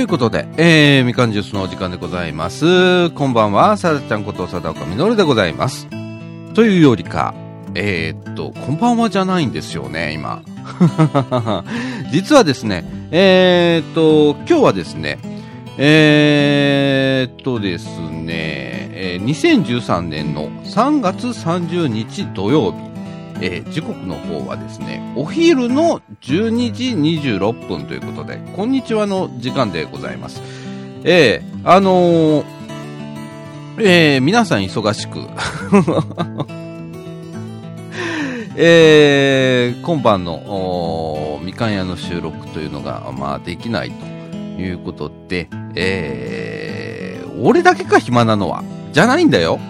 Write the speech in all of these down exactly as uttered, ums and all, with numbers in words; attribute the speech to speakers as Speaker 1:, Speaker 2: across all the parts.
Speaker 1: ことで、えー、みかんジュースのお時間でございます。こんばんは、さだちゃんことさだおかみのるでございます。というよりか、えー、っと、こんばんはじゃないんですよね、今。実はですね、えー、っと、今日はですね、えー、っとですね、えー、にせんじゅうさんねんのさんがつさんじゅうにち土曜日、えー、時刻の方はですね、お昼のじゅうにじにじゅうろっぷんということで、こんにちはの時間でございます。えー、あのー、えー、皆さん忙しく、えー、今晩のみかん屋の収録というのが、まあ、できないということで、えー、俺だけか暇なのは、じゃないんだよ。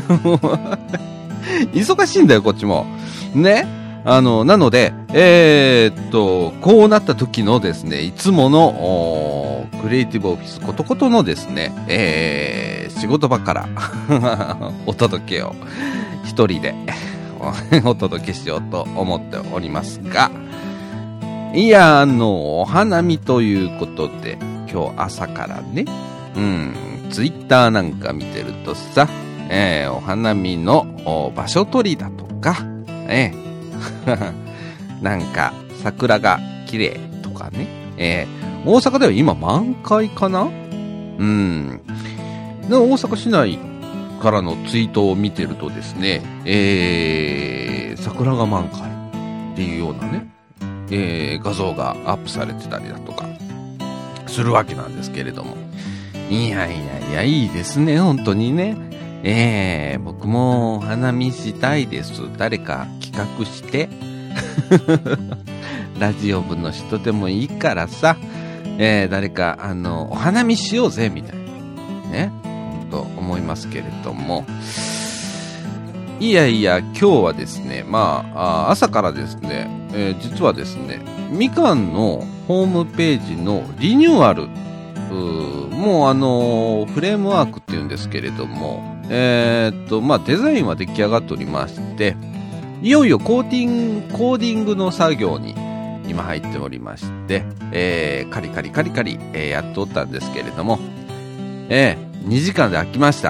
Speaker 1: 忙しいんだよ、こっちも。ね。あの、なので、えー、っと、こうなった時のですね、いつもの、クリエイティブオフィスことことのですね、えー、仕事場からお届けを一人でお届けしようと思っておりますが、いや、あの、お花見ということで、今日朝からね、うん、ツイッターなんか見てるとさ、えー、お花見の場所取りだとか、えー、なんか桜が綺麗とかね、えー、大阪では今満開かな？うん。で大阪市内からのツイートを見てるとですね、えー、桜が満開っていうようなね、えー、画像がアップされてたりだとかするわけなんですけれども、いやいやいや、いいですね、本当にね。ええー、僕もお花見したいです。誰か企画してラジオ部の人でもいいからさ、えー、誰かあのお花見しようぜみたいなね、本当思いますけれども、いやいや、今日はですね、まあ朝からですね、えー、実はですね、みかんのホームページのリニューアル、うもうあのー、フレームワークっていうんですけれども、えー、っとまあデザインは出来上がっておりまして、いよいよコーティングコーディングの作業に今入っておりまして、えー、カリカリカリカリ、えー、やっておったんですけれども、えー、にじかんで飽きました。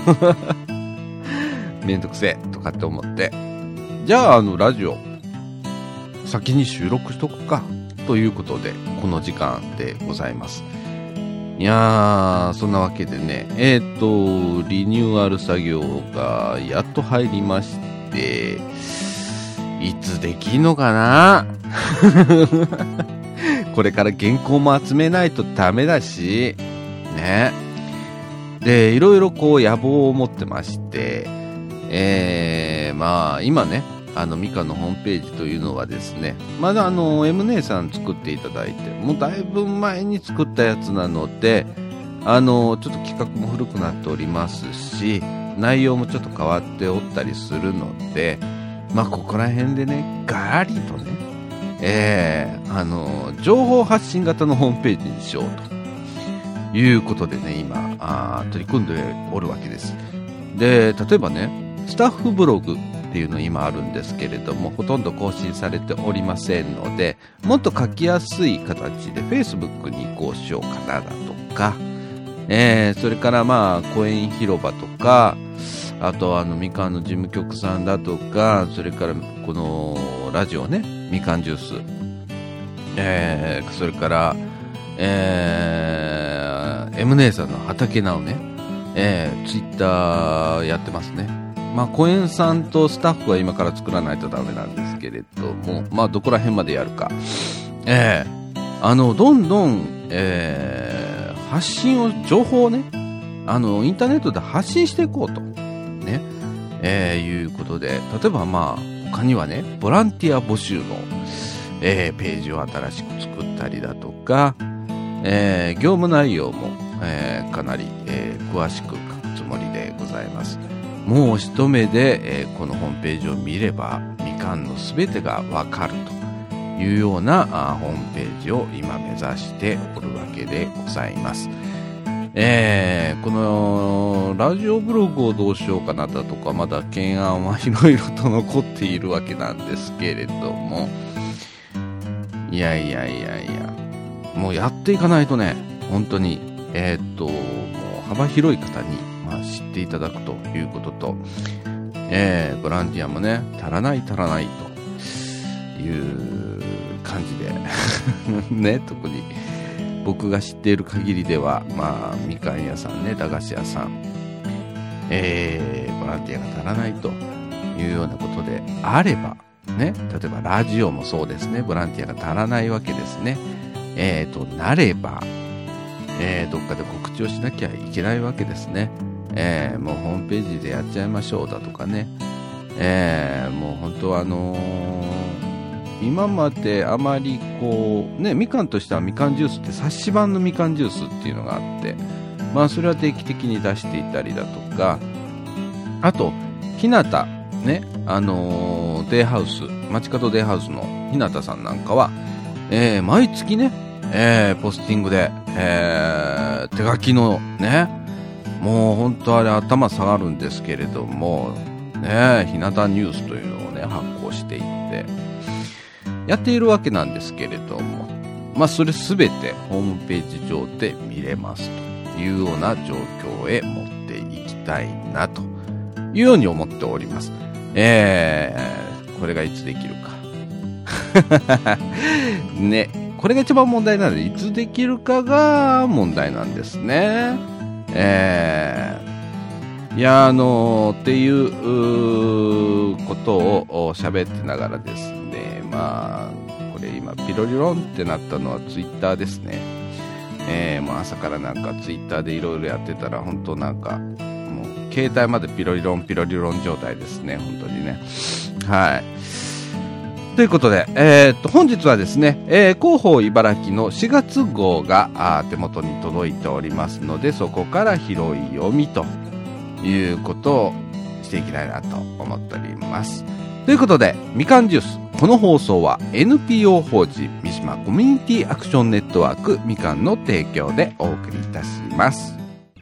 Speaker 1: めんどくせえとかって思って、じゃああのラジオ先に収録しとくかということで、この時間でございます。いやー、そんなわけでね、えーと、リニューアル作業がやっと入りまして、いつできんのかなこれから原稿も集めないとダメだし、ね。で、いろいろこう野望を持ってまして、えー、まあ、今ね、あのミカのホームページというのはですね、まだあの M 姉さん作っていただいて、もうだいぶ前に作ったやつなので、あのちょっと企画も古くなっておりますし、内容もちょっと変わっておったりするので、まあここら辺でね、ガラリとね、えー、あの情報発信型のホームページにしようということでね、今あ取り組んでおるわけです。で、例えばね、スタッフブログっていうの今あるんですけれども、ほとんど更新されておりませんので、もっと書きやすい形で Facebook に移行しようかなだとか、えー、それからまあ公園広場とか、あとあのみかんの事務局さんだとか、それからこのラジオね、みかんジュース、えー、それから、えー、M 姉さんの畑なおね、えー、Twitter やってますね。まあ、コエンさんとスタッフは今から作らないとダメなんですけれども、まあ、どこら辺までやるか。ええー、あの、どんどん、えー、発信を、情報をね、あの、インターネットで発信していこうと。ね。えー、いうことで、例えばまあ、他にはね、ボランティア募集の、えー、ページを新しく作ったりだとか、えー、業務内容も、えー、かなり、えー、詳しく書くつもりでございます。もう一目で、えー、このホームページを見ればみかんのすべてがわかるというようなあホームページを今目指しておるわけでございます。えー、このラジオブログをどうしようかなだとか、まだ懸案はいろいろと残っているわけなんですけれども、いやいやいやいや、もうやっていかないとね、 本当に、えー、っと、もう幅広い方に、まあ、知っていただくということと、えー、ボランティアもね、足らない足らないという感じで、ね、特に僕が知っている限りでは、まあ、みかん屋さんね、駄菓子屋さん、えー、ボランティアが足らないというようなことであれば、ね、例えばラジオもそうですね、ボランティアが足らないわけですね。えーと、なれば、えー、どっかで告知をしなきゃいけないわけですね。えー、もうホームページでやっちゃいましょうだとかね。えー、もう本当はあのー、今まであまりこう、ね、みかんとしてはみかんジュースって冊子版のみかんジュースっていうのがあって、まあそれは定期的に出していたりだとか、あと、ひなた、ね、あのー、デイハウス、街角デイハウスのひなたさんなんかは、えー、毎月ね、えー、ポスティングで、えー、手書きのね、もう本当あれ頭下がるんですけれども、ね、ひなたニュースというのをね、発行していって、やっているわけなんですけれども、まあそれすべてホームページ上で見れますというような状況へ持っていきたいなというように思っております。えー、これがいつできるか。ね、これが一番問題なので、いつできるかが問題なんですね。えー、いや、あのー、っていう、うーことを喋ってながらですね、まあ、これ今、ピロリロンってなったのはツイッターですね。えー、もう朝からなんかツイッターでいろいろやってたら、本当なんか、もう携帯までピロリロンピロリロン状態ですね、本当にね。はい。ということで、えー、っと、本日はですね、えー、広報茨城のしがつ号があ手元に届いておりますので、そこから拾い読みということをしていきたいなと思っております。ということで、みかんジュース。この放送は エヌピーオー 法人三島コミュニティアクションネットワークみかんの提供でお送りいたします。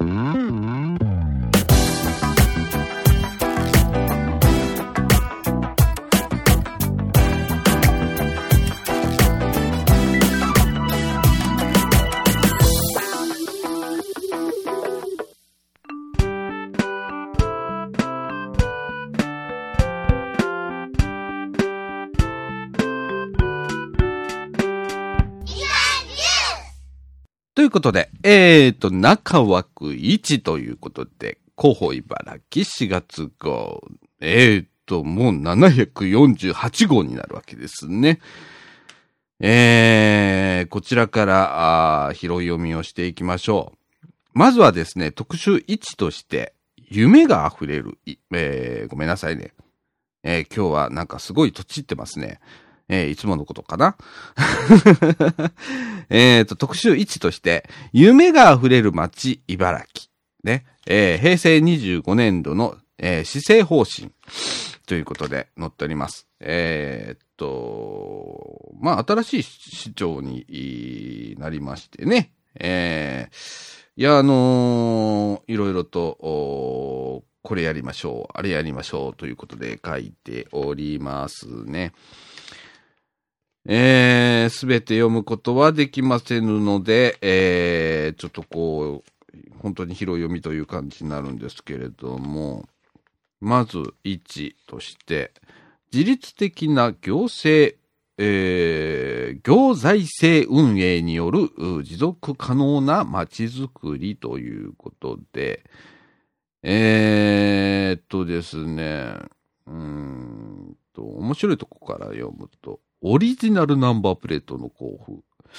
Speaker 1: ということで、えーと、中枠いちということで、広報茨城しがつ号、えーと、もうななひゃくよんじゅうはち号になるわけですね。えー、こちらからあ拾い読みをしていきましょう。まずはですね、特集いちとして、夢が溢れる、えー、ごめんなさいね。えー、今日はなんかすごいとちってますね。えー、いつものことかなえっと、特集いちとして、夢が溢れる街、茨城。ね。えー、へいせいにじゅうごねんどの、えー、施政方針。ということで載っております。えー、っと、まあ、新しい市長になりましてね。えー、いや、あのー、いろいろと、これやりましょう、あれやりましょうということで書いておりますね。えー、すべて読むことはできませんので、えー、ちょっとこう、本当に広い読みという感じになるんですけれども、まずいちとして、自律的な行政、えー、行財政運営による持続可能な街づくりということで、えーっとですね、うーんと、面白いとこから読むと、オリジナルナンバープレートの交付。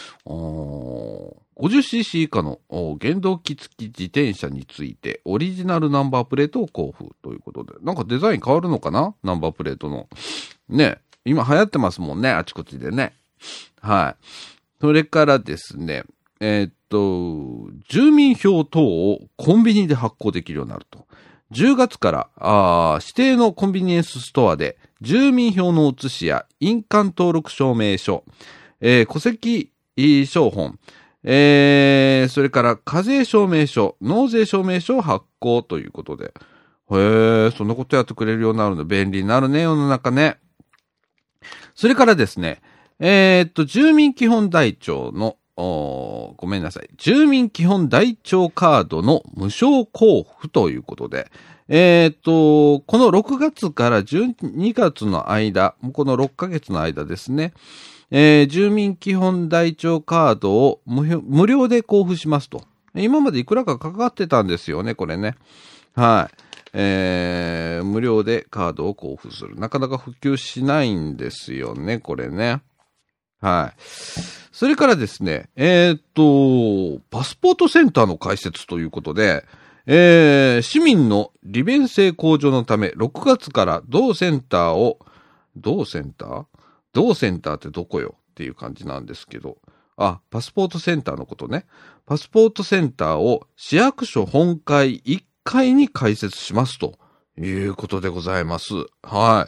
Speaker 1: ごじゅっシーシー 以下の原動機付き自転車についてオリジナルナンバープレートを交付ということで。なんかデザイン変わるのかな？ナンバープレートの。ね。今流行ってますもんね。あちこちでね。はい。それからですね。えー、っと、住民票等をコンビニで発行できるようになると。じゅうがつからあ指定のコンビニエンスストアで住民票の写しや印鑑登録証明書、えー、戸籍証本、えー、それから課税証明書、納税証明書を発行ということで。へー、そんなことやってくれるようになるの便利になるね、世の中ね。それからですね、えー、っと、住民基本台帳のごめんなさい。住民基本台帳カードの無償交付ということで、えっと、このろくがつからじゅうにがつの間、このろっかげつの間ですね、えー、住民基本台帳カードを 無, 無料で交付しますと。今までいくらかかかってたんですよね、これね。はい。えー、無料でカードを交付する。なかなか普及しないんですよね、これね。はい。それからですね、えー、っと、パスポートセンターの開設ということで、えー、市民の利便性向上のため、ろくがつから同センターを、同センター同センターってどこよっていう感じなんですけど、あ、パスポートセンターのことね。パスポートセンターを市役所本会いっかいに開設しますということでございます。はい。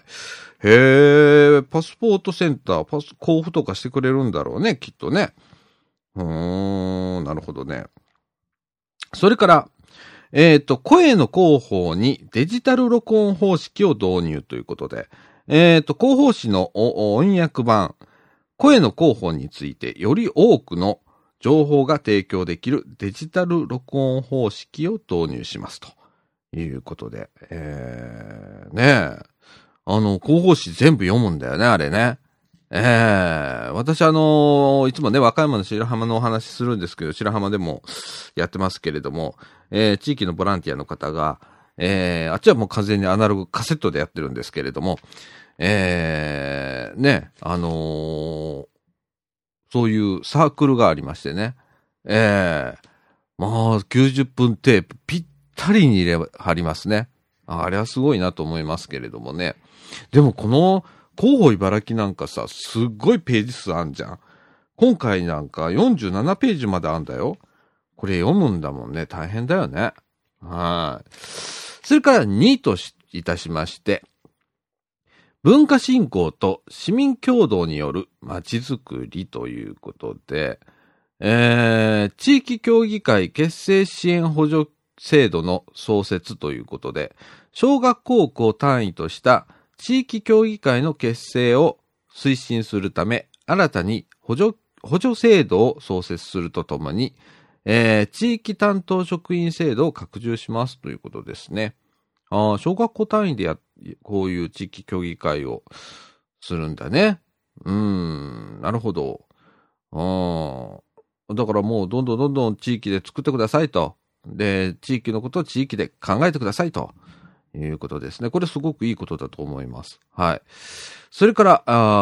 Speaker 1: へー、パスポートセンター、パス、交付とかしてくれるんだろうね、きっとね。うーん、なるほどね。それから、えっと、声の広報にデジタル録音方式を導入ということで、えっと、広報誌の音訳版、声の広報についてより多くの情報が提供できるデジタル録音方式を導入しますということで、えー、ねえ、あの、広報誌全部読むんだよね、あれね。ええー、私あのー、いつもね、和歌山の白浜のお話するんですけど、白浜でもやってますけれども、えー、地域のボランティアの方が、えー、あっちはもう完全にアナログカセットでやってるんですけれども、えー、ね、あのー、そういうサークルがありましてね、えー、まあ、きゅうじゅっぷんテープぴったりに入れはりますね。あれはすごいなと思いますけれどもね。でもこの、広報茨城なんかさ、すっごいページ数あんじゃん。今回なんかよんじゅうななページまであんだよ。これ読むんだもんね。大変だよね。はい。それからにといたしまして、文化振興と市民共同によるまちづくりということで、えー、地域協議会結成支援補助制度の創設ということで、小学校区を単位とした地域協議会の結成を推進するため、新たに補助、補助制度を創設するとともに、えー、地域担当職員制度を拡充しますということですね。ああ、小学校単位でや、こういう地域協議会をするんだね。うーん、なるほど。ああ、だからもうどんどんどんどん地域で作ってくださいと。で、地域のことを地域で考えてくださいと。いうことですね。これすごくいいことだと思います。はい。それから、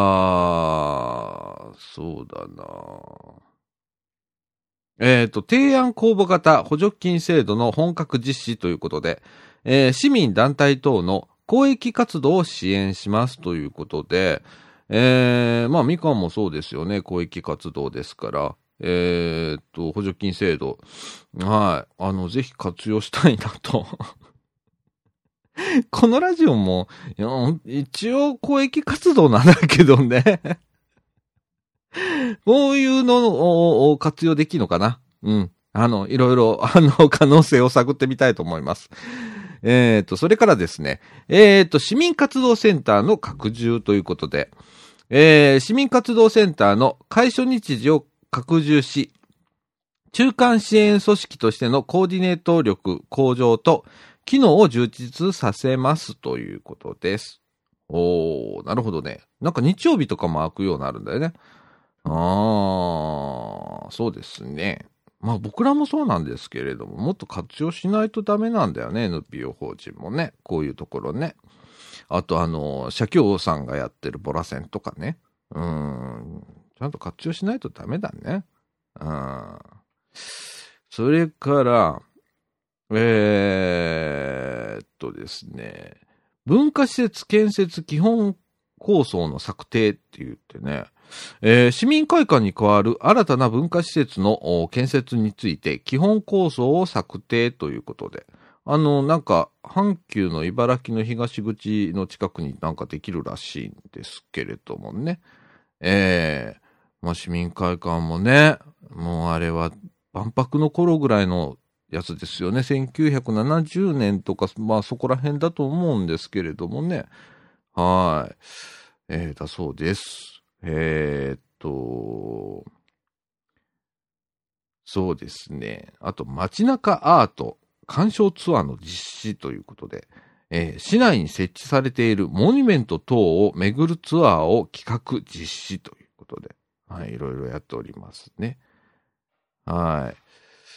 Speaker 1: あー、そうだな。えっと、提案公募型補助金制度の本格実施ということで、えー、市民団体等の公益活動を支援しますということで、えー、まあ、みかんもそうですよね。公益活動ですから。えー、っと、補助金制度。はい。あの、ぜひ活用したいなと。このラジオも、一応公益活動なんだけどね。こういうのを活用できるのかな。うん。あの、いろいろ、あの、可能性を探ってみたいと思います。えっと、それからですね、えっと、市民活動センターの拡充ということで、えー、市民活動センターの開所日時を拡充し、中間支援組織としてのコーディネート力向上と、機能を充実させますということです。おー、なるほどね。なんか日曜日とかも開くようになるんだよね。あー、そうですね。まあ僕らもそうなんですけれども、もっと活用しないとダメなんだよね、エヌピーオー 法人もね。こういうところね。あとあの、社協さんがやってるボラセンとかね。うーん、ちゃんと活用しないとダメだね。うん。それから、えーっとですね、文化施設建設基本構想の策定って言ってね、えー、市民会館に代わる新たな文化施設の建設について基本構想を策定ということで、あの、なんか、阪急の茨城の東口の近くになんかできるらしいんですけれどもね。えー、まあ市民会館もね、もうあれは万博の頃ぐらいのやつですよね。せんきゅうひゃくななじゅうねんとか、まあそこら辺だと思うんですけれどもね。はい。えー、だそうです。えー、っと、 そうですね。あと、街中アート鑑賞ツアーの実施ということで、えー市内に設置されているモニュメント等を巡るツアーを企画実施ということで、はい、いろいろやっておりますね。はい。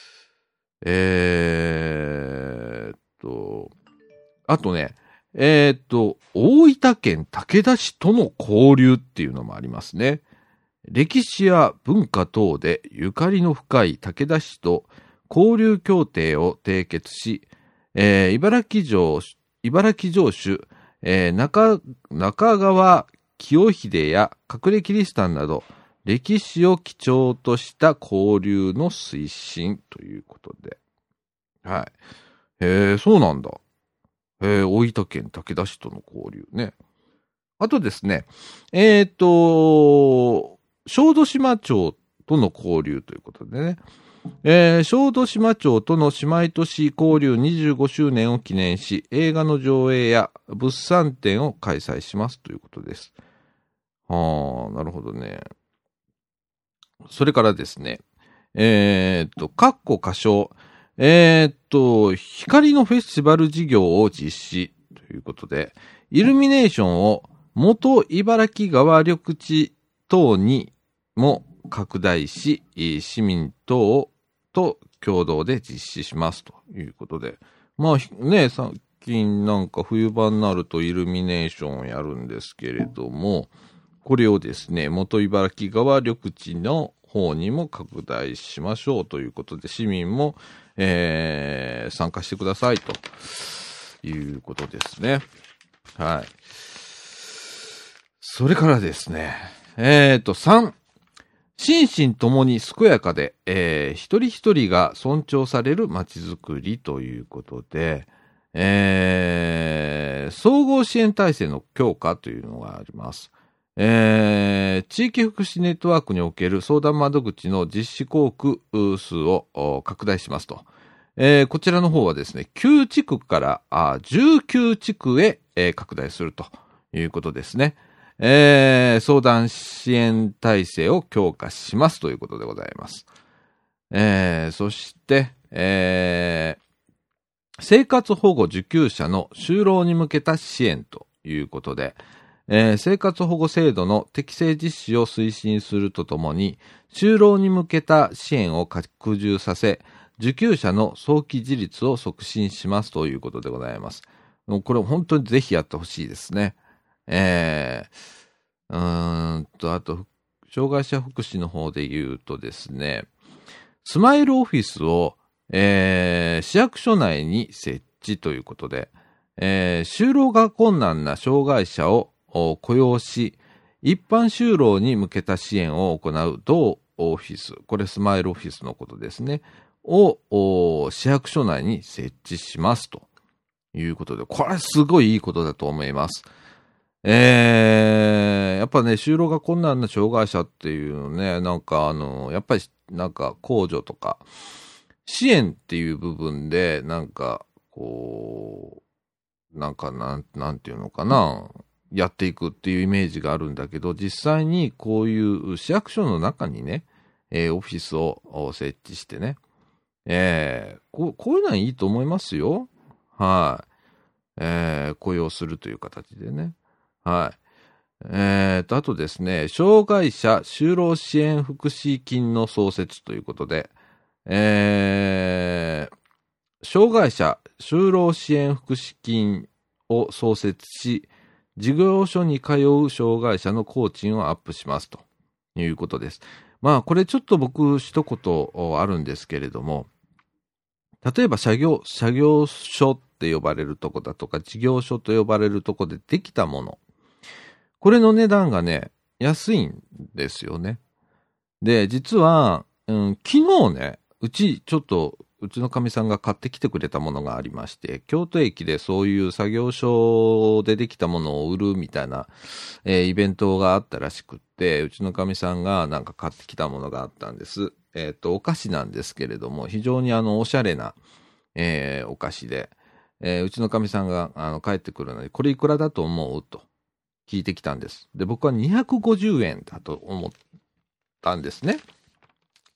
Speaker 1: えーっと、あとね、えーっと、大分県武田市との交流っていうのもありますね。歴史や文化等でゆかりの深い武田市と交流協定を締結し、えー茨城城、茨城城主、えー中、中川清秀や隠れキリシタンなど、歴史を基調とした交流の推進ということで。はい。へえ、そうなんだ。へえ、大分県武田市との交流ね。あとですね、えっ、と、小豆島町との交流ということでね、えー小豆島町との姉妹都市交流にじゅうごしゅうねんを記念し、映画の上映や物産展を開催しますということです。はあ、なるほどね。それからですね、えっと、かっこ仮称、えっと、光のフェスティバル事業を実施ということで、イルミネーションを元茨城川緑地等にも拡大し、市民等と共同で実施しますということで。まあね、最近なんか冬場になるとイルミネーションをやるんですけれども、これをですね、元茨城川緑地の方にも拡大しましょうということで、市民も、えー参加してくださいということですね。はい。それからですね、えっと、さん、心身ともに健やかで、えー一人一人が尊重される街づくりということで、えー総合支援体制の強化というのがあります。えー地域福祉ネットワークにおける相談窓口の実施校区数をお拡大しますと。えーこちらの方はですね、きゅう地区からあじゅうきゅう地区へ、えー拡大するということですね。えー相談支援体制を強化しますということでございます。えーそして、えー生活保護受給者の就労に向けた支援ということで、えー生活保護制度の適正実施を推進するとともに、就労に向けた支援を拡充させ、受給者の早期自立を促進しますということでございます。もうこれ本当にぜひやってほしいですね。えー、うーんと、あと、障害者福祉の方で言うとですね、スマイルオフィスを、えー市役所内に設置ということで、えー就労が困難な障害者をお雇用し、一般就労に向けた支援を行う同オフィス、これスマイルオフィスのことですね、をお市役所内に設置しますということで、これすごいいいことだと思います。えー、やっぱね、就労が困難な障害者っていうのね、なんかあの、やっぱりなんか控除とか、支援っていう部分で、なんか、こう、なんかなん、なんていうのかな、やっていくっていうイメージがあるんだけど、実際にこういう市役所の中にね、えーオフィスをお設置してね、えーこう、こういうのはいいと思いますよ。はい。えー雇用するという形でね。はい。えーと、あとですね、障害者就労支援福祉金の創設ということで、えー障害者就労支援福祉金を創設し、事業所に通う障害者の工賃をアップしますということです。まあ、これちょっと僕一言あるんですけれども、例えば作業、作業所って呼ばれるとこだとか、事業所と呼ばれるとこでできたもの、これの値段がね、安いんですよね。で、実は、うん、昨日ね、うちちょっと、うちのかみさんが買ってきてくれたものがありまして、京都駅でそういう作業所でできたものを売るみたいな、えーイベントがあったらしくって、うちのかみさんがなんか買ってきたものがあったんです。えっと、お菓子なんですけれども、非常にあの、おしゃれな、えーお菓子で、えーうちのかみさんがあの帰ってくるので、これいくらだと思うと聞いてきたんです。で、僕はにひゃくごじゅうえんだと思ったんですね。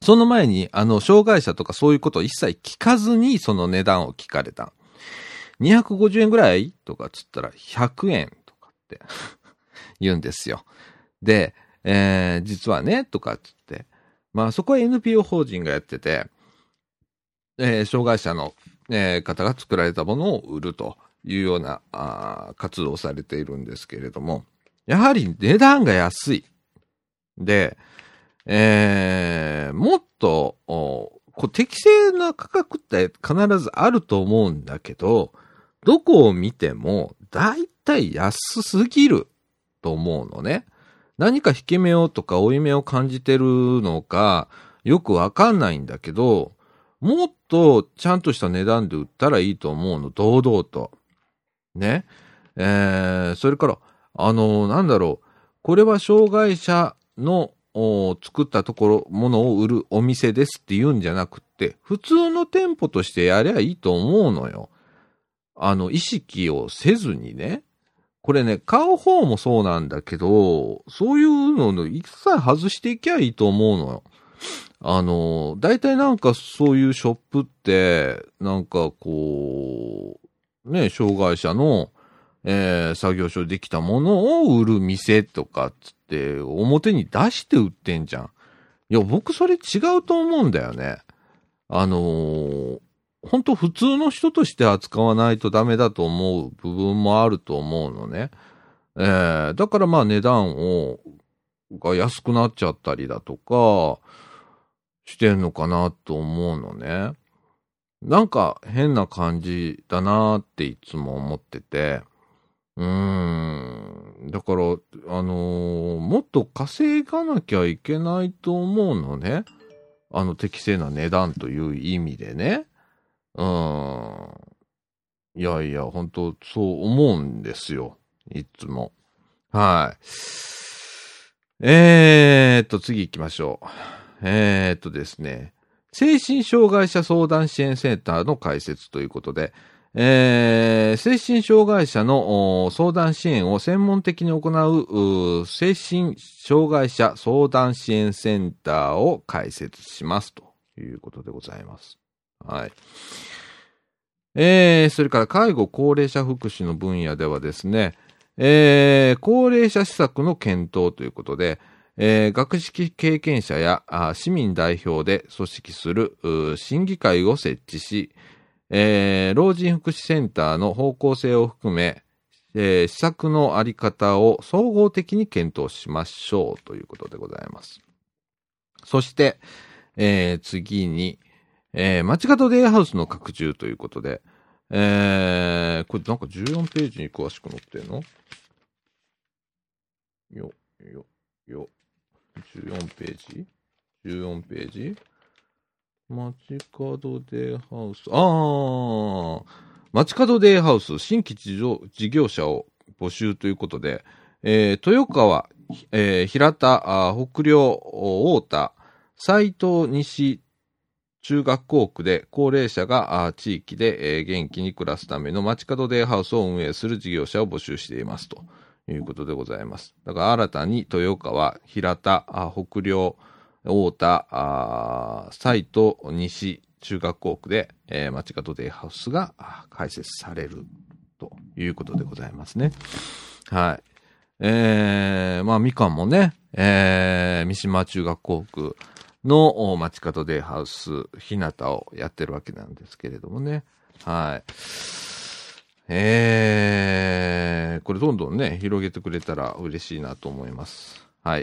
Speaker 1: その前に、あの、障害者とかそういうことを一切聞かずに、その値段を聞かれた。にひゃくごじゅうえんぐらいとかつったら、ひゃくえんとかって言うんですよ。で、えー、実はね、とかつって。まあ、そこは エヌピーオー 法人がやってて、えー、障害者の、えー、方が作られたものを売るというようなあ活動をされているんですけれども、やはり値段が安い。で、えー、もっと、こう適正な価格って必ずあると思うんだけど、どこを見てもだいたい安すぎると思うのね。何か引け目をとか負い目を感じてるのかよくわかんないんだけど、もっとちゃんとした値段で売ったらいいと思うの、堂々と。ね。えー、それから、あの、なんだろう。これは障害者の作ったところ、ものを売るお店ですって言うんじゃなくって、普通の店舗としてやりゃいいと思うのよ。あの、意識をせずにね。これね、買う方もそうなんだけど、そういうのの一切外していきゃいいと思うのよ。あの、大体なんかそういうショップって、なんかこう、ね、障害者の、えー、作業所できたものを売る店とかっつって表に出して売ってんじゃん。いや、僕それ違うと思うんだよね。あのー、本当普通の人として扱わないとダメだと思う部分もあると思うのね。えー、だからまあ値段を、が安くなっちゃったりだとか、してんのかなと思うのね。なんか変な感じだなっていつも思ってて。うーん。だから、あのー、もっと稼がなきゃいけないと思うのね。あの適正な値段という意味でね。うーん。いやいや、本当そう思うんですよ。いつも。はい。えーっと、次行きましょう。えーっとですね。精神障害者相談支援センターの開設ということで、えー、精神障害者の相談支援を専門的に行う、う精神障害者相談支援センターを開設しますということでございます。はい。えー、それから介護高齢者福祉の分野ではですね、えー、高齢者施策の検討ということで、えー、学識経験者や市民代表で組織する審議会を設置し、えー、老人福祉センターの方向性を含め、えー、施策のあり方を総合的に検討しましょうということでございます。そして、えー、次に、えー、街角デイハウスの拡充ということで、えー、これなんかじゅうよんページに詳しく載ってんの？よ、よ、よ、じゅうよんページ ?じゅうよん ページ街角デイハウス。ああ、街角デイハウス、新規事業者を募集ということで、えー、豊川、えー、平田、北陵、大田、斉藤西中学校区で高齢者が地域で、えー、元気に暮らすための街角デイハウスを運営する事業者を募集していますということでございます。だから新たに豊川、平田、北陵、大田、斉藤西中学校区で、えー、街角デイハウスが開設されるということでございますね。はい。えー、まあ、みかんもね、えー、三島中学校区の街角デイハウス、ひなたをやってるわけなんですけれどもね。はい。えー、これどんどんね、広げてくれたら嬉しいなと思います。はい。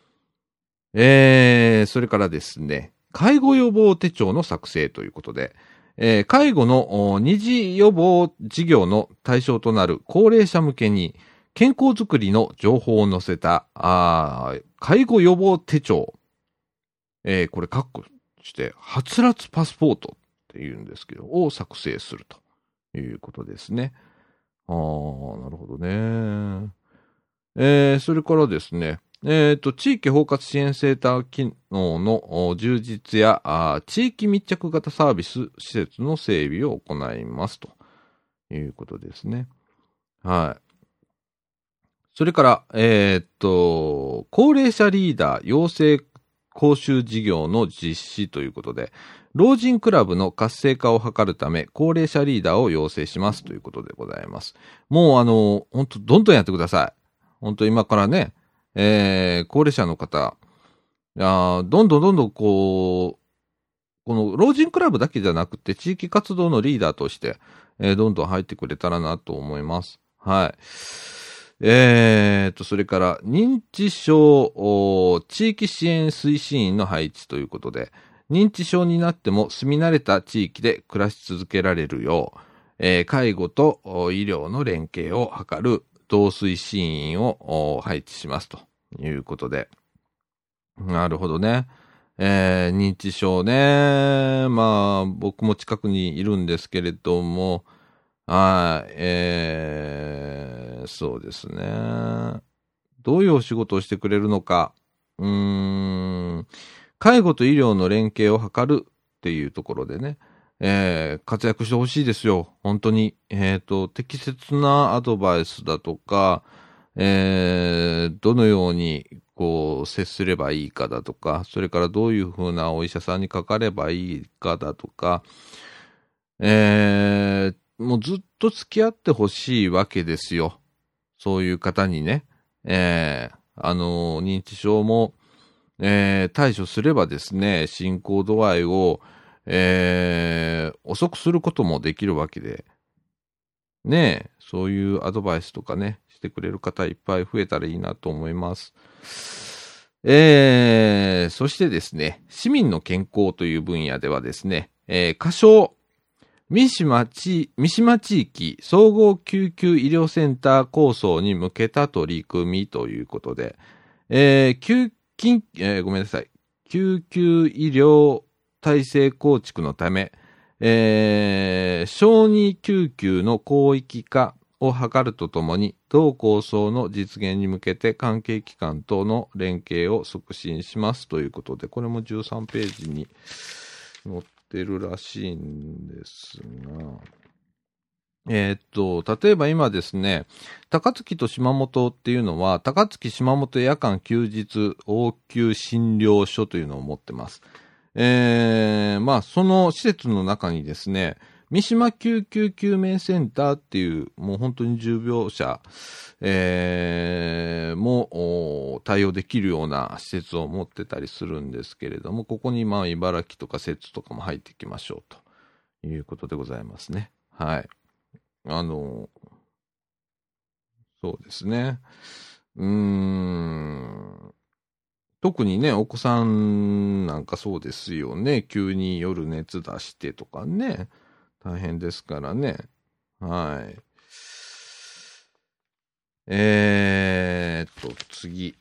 Speaker 1: えー、それからですね、介護予防手帳の作成ということで、えー、介護の二次予防事業の対象となる高齢者向けに健康づくりの情報を載せた、あ介護予防手帳。えー、これカッコして、はつらつパスポートって言うんですけど、を作成するということですね。あー、なるほどね。えー、それからですね、えっと、地域包括支援センター機能の充実やあ地域密着型サービス施設の整備を行いますということですね。はい。それから、えっと、高齢者リーダー養成講習事業の実施ということで、老人クラブの活性化を図るため、高齢者リーダーを養成しますということでございます。もうあの、本当どんどんやってください。本当今からね、えー、高齢者の方、あどんどんどんどんこう、この老人クラブだけじゃなくて、地域活動のリーダーとして、えー、どんどん入ってくれたらなと思います。はい。えーと、それから、認知症地域支援推進員の配置ということで、認知症になっても住み慣れた地域で暮らし続けられるよう、えー、介護と医療の連携を図る同推進員を配置しますということで。なるほどね。えー、認知症ね。まあ、僕も近くにいるんですけれども、はい、えー、そうですね。どういうお仕事をしてくれるのか。うーん、介護と医療の連携を図るっていうところでね、えー、活躍してほしいですよ。本当に。えっと、適切なアドバイスだとか、えー、どのように、こう、接すればいいかだとか、それからどういうふうなお医者さんにかかればいいかだとか、えー、もうずっと付き合ってほしいわけですよ。そういう方にね。えー、あの、認知症も、えー、対処すればですね、進行度合いを、えー、遅くすることもできるわけで、ねえ、そういうアドバイスとかね、してくれる方いっぱい増えたらいいなと思います。えー、そしてですね、市民の健康という分野ではですね、えー、仮称、三島地、三島地域総合救急医療センター構想に向けた取り組みということで、えー、救緊、えー、ごめんなさい。救急医療体制構築のため、えー、小児救急の広域化を図るとともに、同構想の実現に向けて関係機関との連携を促進しますということで、これもじゅうさんページに載ってるらしいんですが、えー、っと、例えば今ですね、高槻と島本っていうのは、高槻島本夜間休日応急診療所というのを持ってます。えー、まあ、その施設の中にですね、三島救急救命センターっていう、もう本当に重病者、えー、も対応できるような施設を持ってたりするんですけれども、ここにまあ、茨城とか摂津とかも入っていきましょうということでございますね。はい。あの、そうですね。うーん。特にね、お子さんなんかそうですよね。急に夜熱出してとかね。大変ですからね。はい。えーっと、次。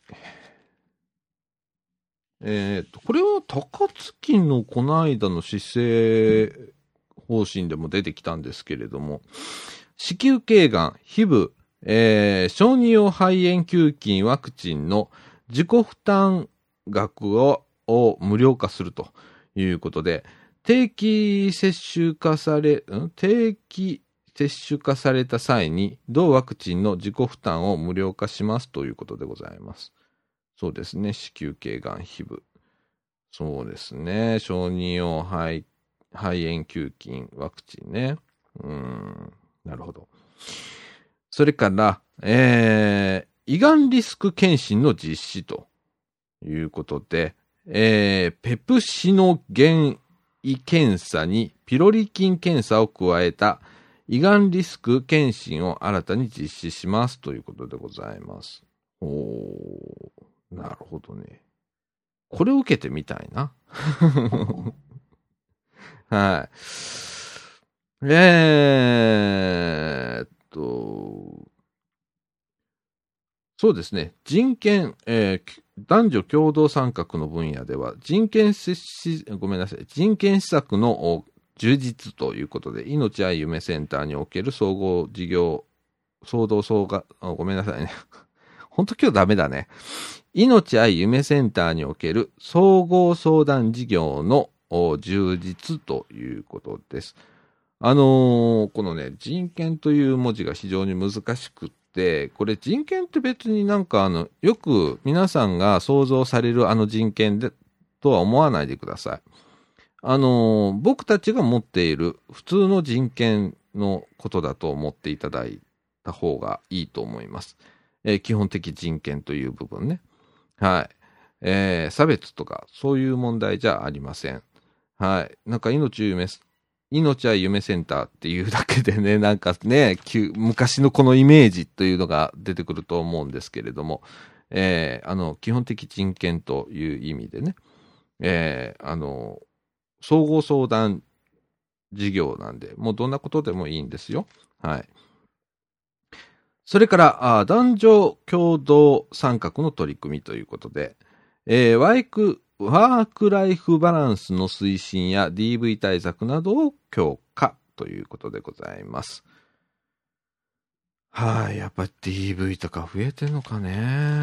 Speaker 1: えーっと、これは高槻のこの間の施政方針でも出てきたんですけれども、子宮頸がん、ヒブ、えー、小児用肺炎球菌ワクチンの自己負担額をを無料化するということで、定期接種化され、ん定期接種化された際に、同ワクチンの自己負担を無料化しますということでございます。そうですね、子宮頸がん、ヒブ。そうですね、小児用肺肺炎球菌ワクチンね。うーん、なるほど。それから、えー、胃がんリスク検診の実施ということで、えー、ペプシノゲン胃検査にピロリ菌検査を加えた胃がんリスク検診を新たに実施しますということでございます。おー、なるほどね。これを受けてみたいな。はい。えーっと、そうですね。人権、えー、男女共同参画の分野では、人権施ごめんなさい。人権施策の充実ということで、命愛夢センターにおける総合事業、総動総が、ごめんなさいね。本当今日ダメだね。命愛夢センターにおける総合相談事業の充実ということです。あのー、このね、人権という文字が非常に難しくって、これ人権って別になんかあの、よく皆さんが想像されるあの人権でとは思わないでください。あのー、僕たちが持っている普通の人権のことだと思っていただいた方がいいと思います。えー、基本的人権という部分ね。はい。えー、差別とかそういう問題じゃありません。はい。なんか命を夢す、命は夢センターっていうだけでね、なんかね、昔のこのイメージというのが出てくると思うんですけれども、えー、あの、基本的人権という意味でね、えー、あの、総合相談事業なんで、もうどんなことでもいいんですよ。はい。それから、あ男女共同参画の取り組みということで、えー、ワイク、ワークライフバランスの推進や ディーブイ 対策などを強化ということでございます。はい、やっぱり ディーブイ とか増えてんのかね。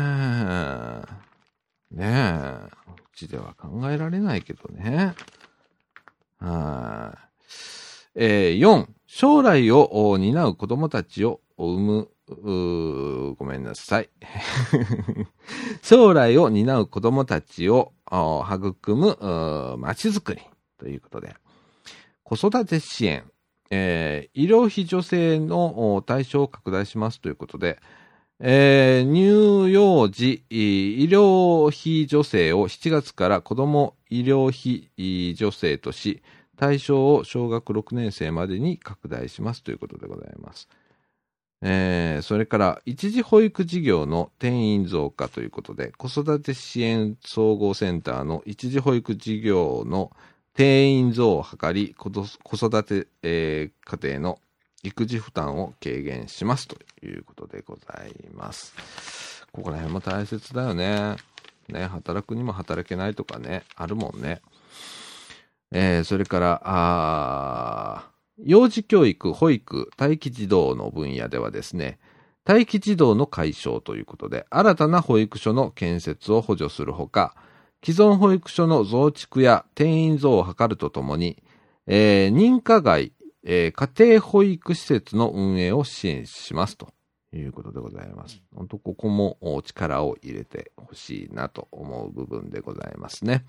Speaker 1: ねえ、うちでは考えられないけどね。はい。えー、よん、将来を担う子供たちを産む、うごめんなさい。将来を担う子供たちを育む街づくりということで、子育て支援、えー、医療費助成の対象を拡大しますということで、えー、乳幼児医療費助成をしちがつから子ども医療費助成とし、対象を小学ろくねん生までに拡大しますということでございます。えー、それから一時保育事業の定員増加ということで、子育て支援総合センターの一時保育事業の定員増を図り、子育て、えー、家庭の育児負担を軽減しますということでございます。ここら辺も大切だよね。ね、働くにも働けないとかね、あるもんね。えー、それから、あ幼児教育、保育、待機児童の分野ではですね、待機児童の解消ということで、新たな保育所の建設を補助するほか、既存保育所の増築や定員増を図るとともに、えー、認可外、えー、家庭保育施設の運営を支援しますということでございます。本当ここも力を入れてほしいなと思う部分でございますね。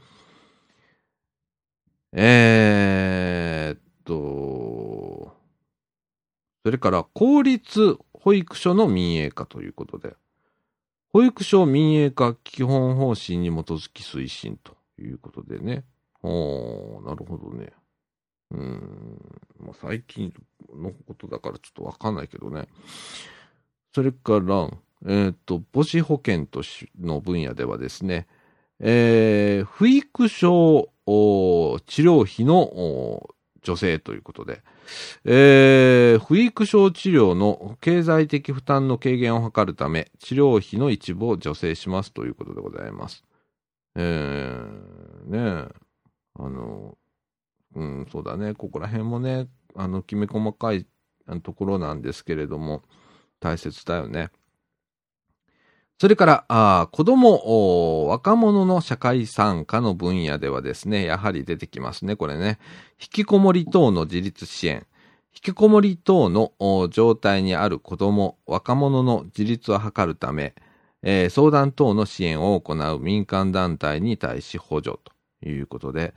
Speaker 1: えーっと、それから公立保育所の民営化ということで、保育所民営化基本方針に基づき推進ということでね。おー、なるほどね。うーん、まあ、最近のことだからちょっとわかんないけどね。それから、えーっと、母子保健としの分野ではですね、えー、不育所治療費の助成ということで、えー、不育症治療の経済的負担の軽減を図るため、治療費の一部を助成しますということでございます。えー、ねえ、あの、うん、そうだね、ここら辺もね、あの、きめ細かいところなんですけれども、大切だよね。それから、あ子供、若者の社会参加の分野ではですね、やはり出てきますね、これね。引きこもり等の自立支援。引きこもり等の状態にある子供、若者の自立を図るため、えー、相談等の支援を行う民間団体に対し補助ということで、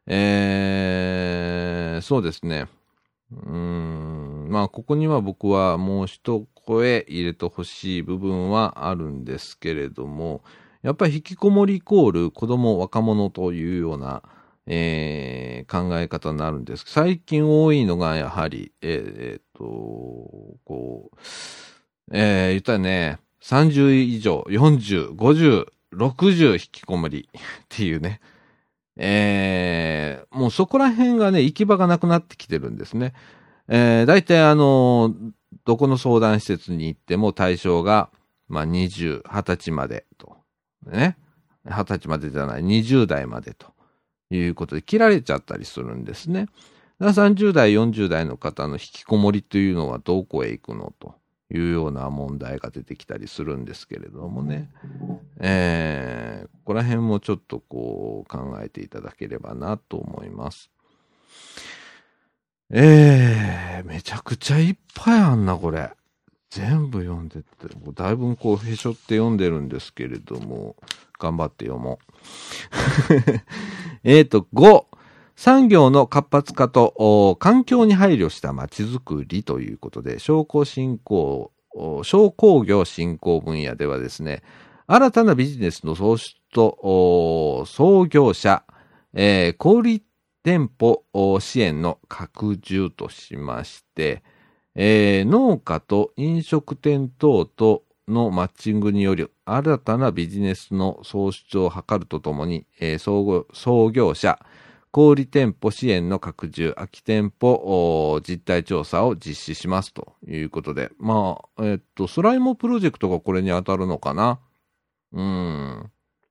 Speaker 1: えー、そうですね。うーん、まあ、ここには僕はもう一声入れてほしい部分はあるんですけれども、やっぱり引きこもりイコール子供、若者というような、えー、考え方になるんです。最近多いのがやはり、えー、えー、っと、こう、えー、言ったらね、さんじゅう以上、よんじゅう、ごじゅう、ろくじゅう引きこもりっていうね、えー、もうそこら辺がね、行き場がなくなってきてるんですね。えー、大体あの、どこの相談施設に行っても対象が、まあ、にじゅう、はたちまでと。ね。はたちまでじゃない、にじゅう代までということで切られちゃったりするんですね。だからさんじゅう代、よんじゅう代の方の引きこもりというのはどこへ行くのというような問題が出てきたりするんですけれどもね。えー、ここら辺もちょっとこう考えていただければなと思います。えー、めちゃくちゃいっぱいあんな、これ。 全部読んでって、もうだいぶこう、へしょって読んでるんですけれども、頑張って読もう。えっと、ご、産業の活発化と環境に配慮したまちづくりということで、商工振興、商工業振興分野ではですね、新たなビジネスの創出と創業者、えー、小売店舗支援の拡充としまして、えー、農家と飲食店等とのマッチングにより新たなビジネスの創出を図るとともに、えー、創, 創業者、小売店舗支援の拡充、空き店舗実態調査を実施しますということで、まあ、えっと、スライモプロジェクトがこれに当たるのかな。うーん。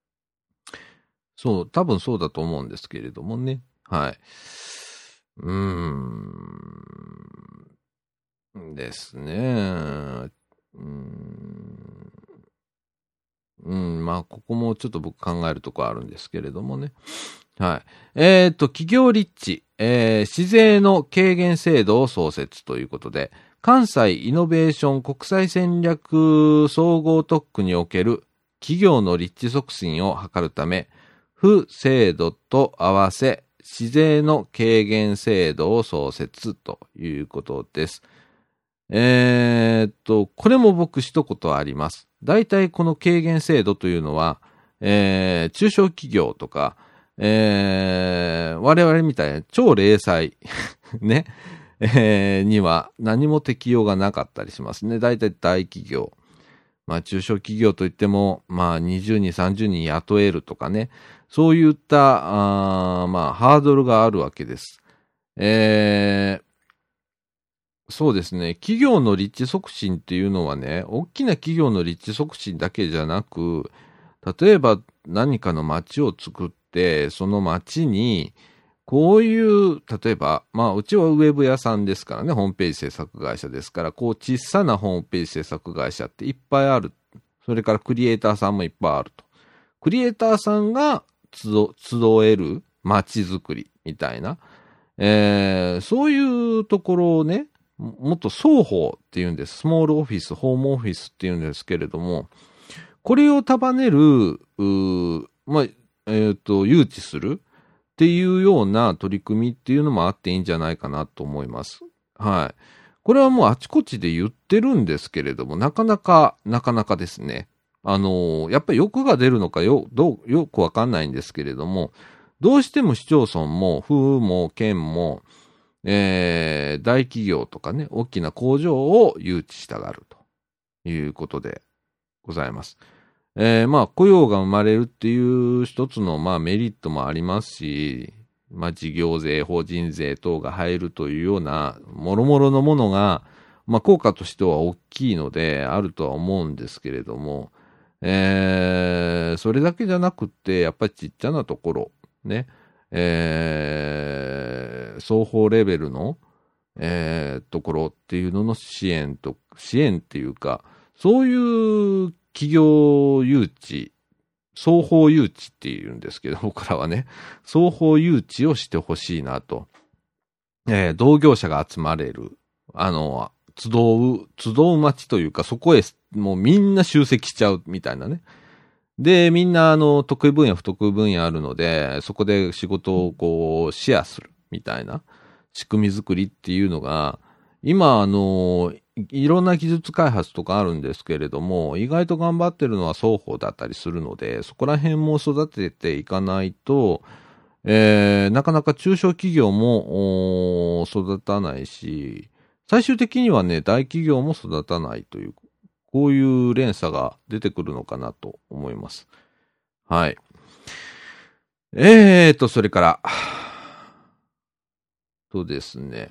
Speaker 1: そう、多分そうだと思うんですけれどもね。はい。うーん。ですね。うーん。うん、まあ、ここもちょっと僕考えるとこあるんですけれどもね。はい。えっと、企業立地、えー、市税の軽減制度を創設ということで、関西イノベーション国際戦略総合特区における企業の立地促進を図るため、府制度と合わせ、市税の軽減制度を創設ということです。えー、っと、これも僕一言あります。大体この軽減制度というのは、えー、中小企業とか、えー、我々みたいな超零細ね、えー、には何も適用がなかったりしますね。大体大企業。まあ中小企業といっても、まあにじゅうにん、さんじゅうにん雇えるとかね。そういった、あまあハードルがあるわけです。えー、そうですね。企業の立地促進っていうのはね、大きな企業の立地促進だけじゃなく、例えば何かの街を作って、その街に、こういう、例えば、まあ、うちはウェブ屋さんですからね、ホームページ制作会社ですから、こう、小さなホームページ制作会社っていっぱいある。それからクリエイターさんもいっぱいあると。クリエイターさんが集える街づくりみたいな、えー、そういうところをね、もっと双方っていうんです。スモールオフィス、ホームオフィスっていうんですけれども、これを束ねる、まあ、えっと、誘致するっていうような取り組みっていうのもあっていいんじゃないかなと思います。はい。これはもうあちこちで言ってるんですけれども、なかなか、なかなかですね。あのー、やっぱり欲が出るのかよ、どう、よくわかんないんですけれども、どうしても市町村も、府も県も、えー、大企業とかね、大きな工場を誘致したがるということでございます。えー、まあ、雇用が生まれるっていう一つの、まあ、メリットもありますし、まあ、事業税、法人税等が入るというような、もろもろのものが、まあ、効果としては大きいので、あるとは思うんですけれども、えー、それだけじゃなくって、やっぱりちっちゃなところ、ね、えー、双方レベルの、えー、ところっていうのの支援と、支援っていうか、そういう企業誘致、双方誘致っていうんですけど、僕らはね、双方誘致をしてほしいなと。えー、同業者が集まれる、あの、集う、集う街というか、そこへもうみんな集積しちゃうみたいなね。で、みんな、あの、得意分野、不得意分野あるので、そこで仕事をこう、シェアするみたいな仕組み作りっていうのが、今、あの、いろんな技術開発とかあるんですけれども、意外と頑張ってるのは双方だったりするので、そこら辺も育てていかないと、えー、なかなか中小企業も育たないし、最終的にはね、大企業も育たないという、こういう連鎖が出てくるのかなと思います。はい。えーと、それから、とですね、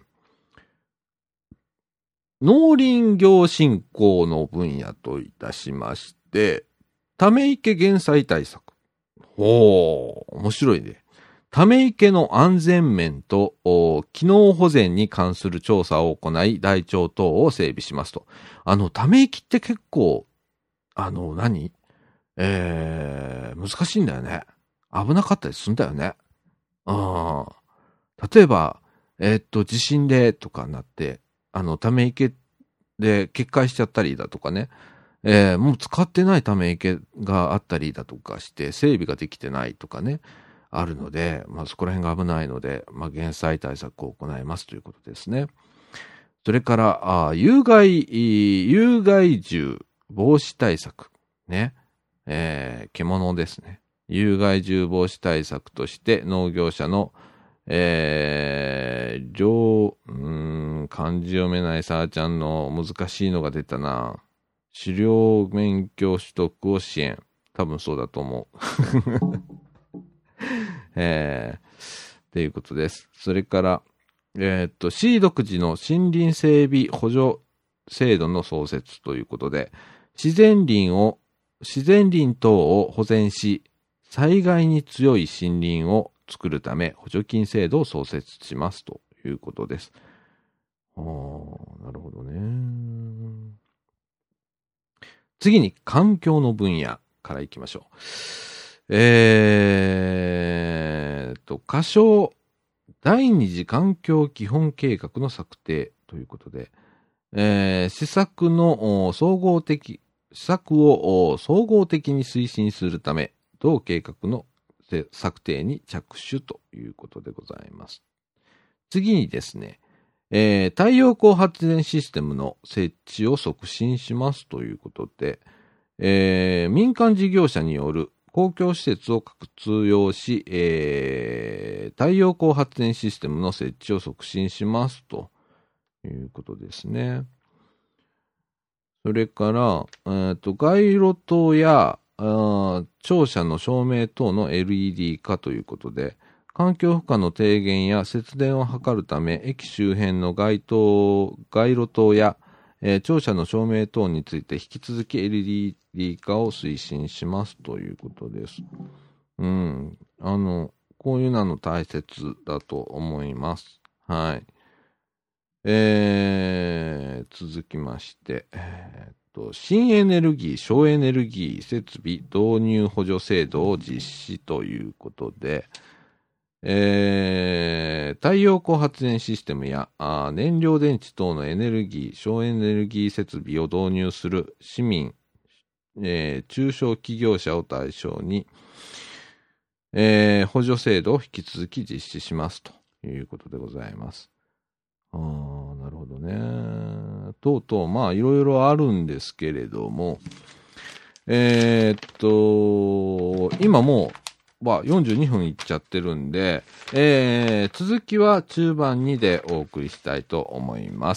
Speaker 1: 農林業振興の分野といたしまして、ため池減災対策。ほー、面白いね。ため池の安全面と機能保全に関する調査を行い、台帳等を整備しますと。あの、ため池って結構、あの、何えー、難しいんだよね。危なかったりするんだよね。うん。例えば、えー、っと、地震でとかなって、あの、ため池で、決壊しちゃったりだとかね、えー、もう使ってないため池があったりだとかして、整備ができてないとかね、あるので、まあそこら辺が危ないので、まあ減災対策を行いますということですね。それから、あ有害、有害獣防止対策。ね。えー、獣ですね。有害獣防止対策として農業者の、えー、両、うーん、漢字読めないさあちゃんの難しいのが出たな。狩猟免許取得を支援。多分そうだと思う。えー、ということです。それから、えー、っと、市独自の森林整備補助制度の創設ということで、自然林を、自然林等を保全し、災害に強い森林を作るため、補助金制度を創設しますということです。ああ、なるほどね。次に、環境の分野からいきましょう。えーっと、仮称、第二次環境基本計画の策定ということで、えー、施策の総合的、施策を総合的に推進するため、同計画の策定に着手ということでございます。次にですね、えー、太陽光発電システムの設置を促進しますということで、えー、民間事業者による公共施設を活用し、えー、太陽光発電システムの設置を促進しますということですね。それから、えーと、街路灯やあ庁舎の照明等の エルイーディー 化ということで、環境負荷の低減や節電を図るため、駅周辺の街灯、街路灯や、えー、庁舎の照明等について引き続き エルイーディー 化を推進しますということです。うん。あの、こういうの大切だと思います。はい。えー、続きまして、えーっと、新エネルギー、省エネルギー設備導入補助制度を実施ということで、えー、太陽光発電システムやあ燃料電池等のエネルギー、省エネルギー設備を導入する市民、えー、中小企業者を対象に、えー、補助制度を引き続き実施しますということでございます。ああ、なるほどね。とうとう、まあ、いろいろあるんですけれども、えー、っと、今もう、まあ、よんじゅうにふんいっちゃってるんで、えー、続きは中盤にでお送りしたいと思います。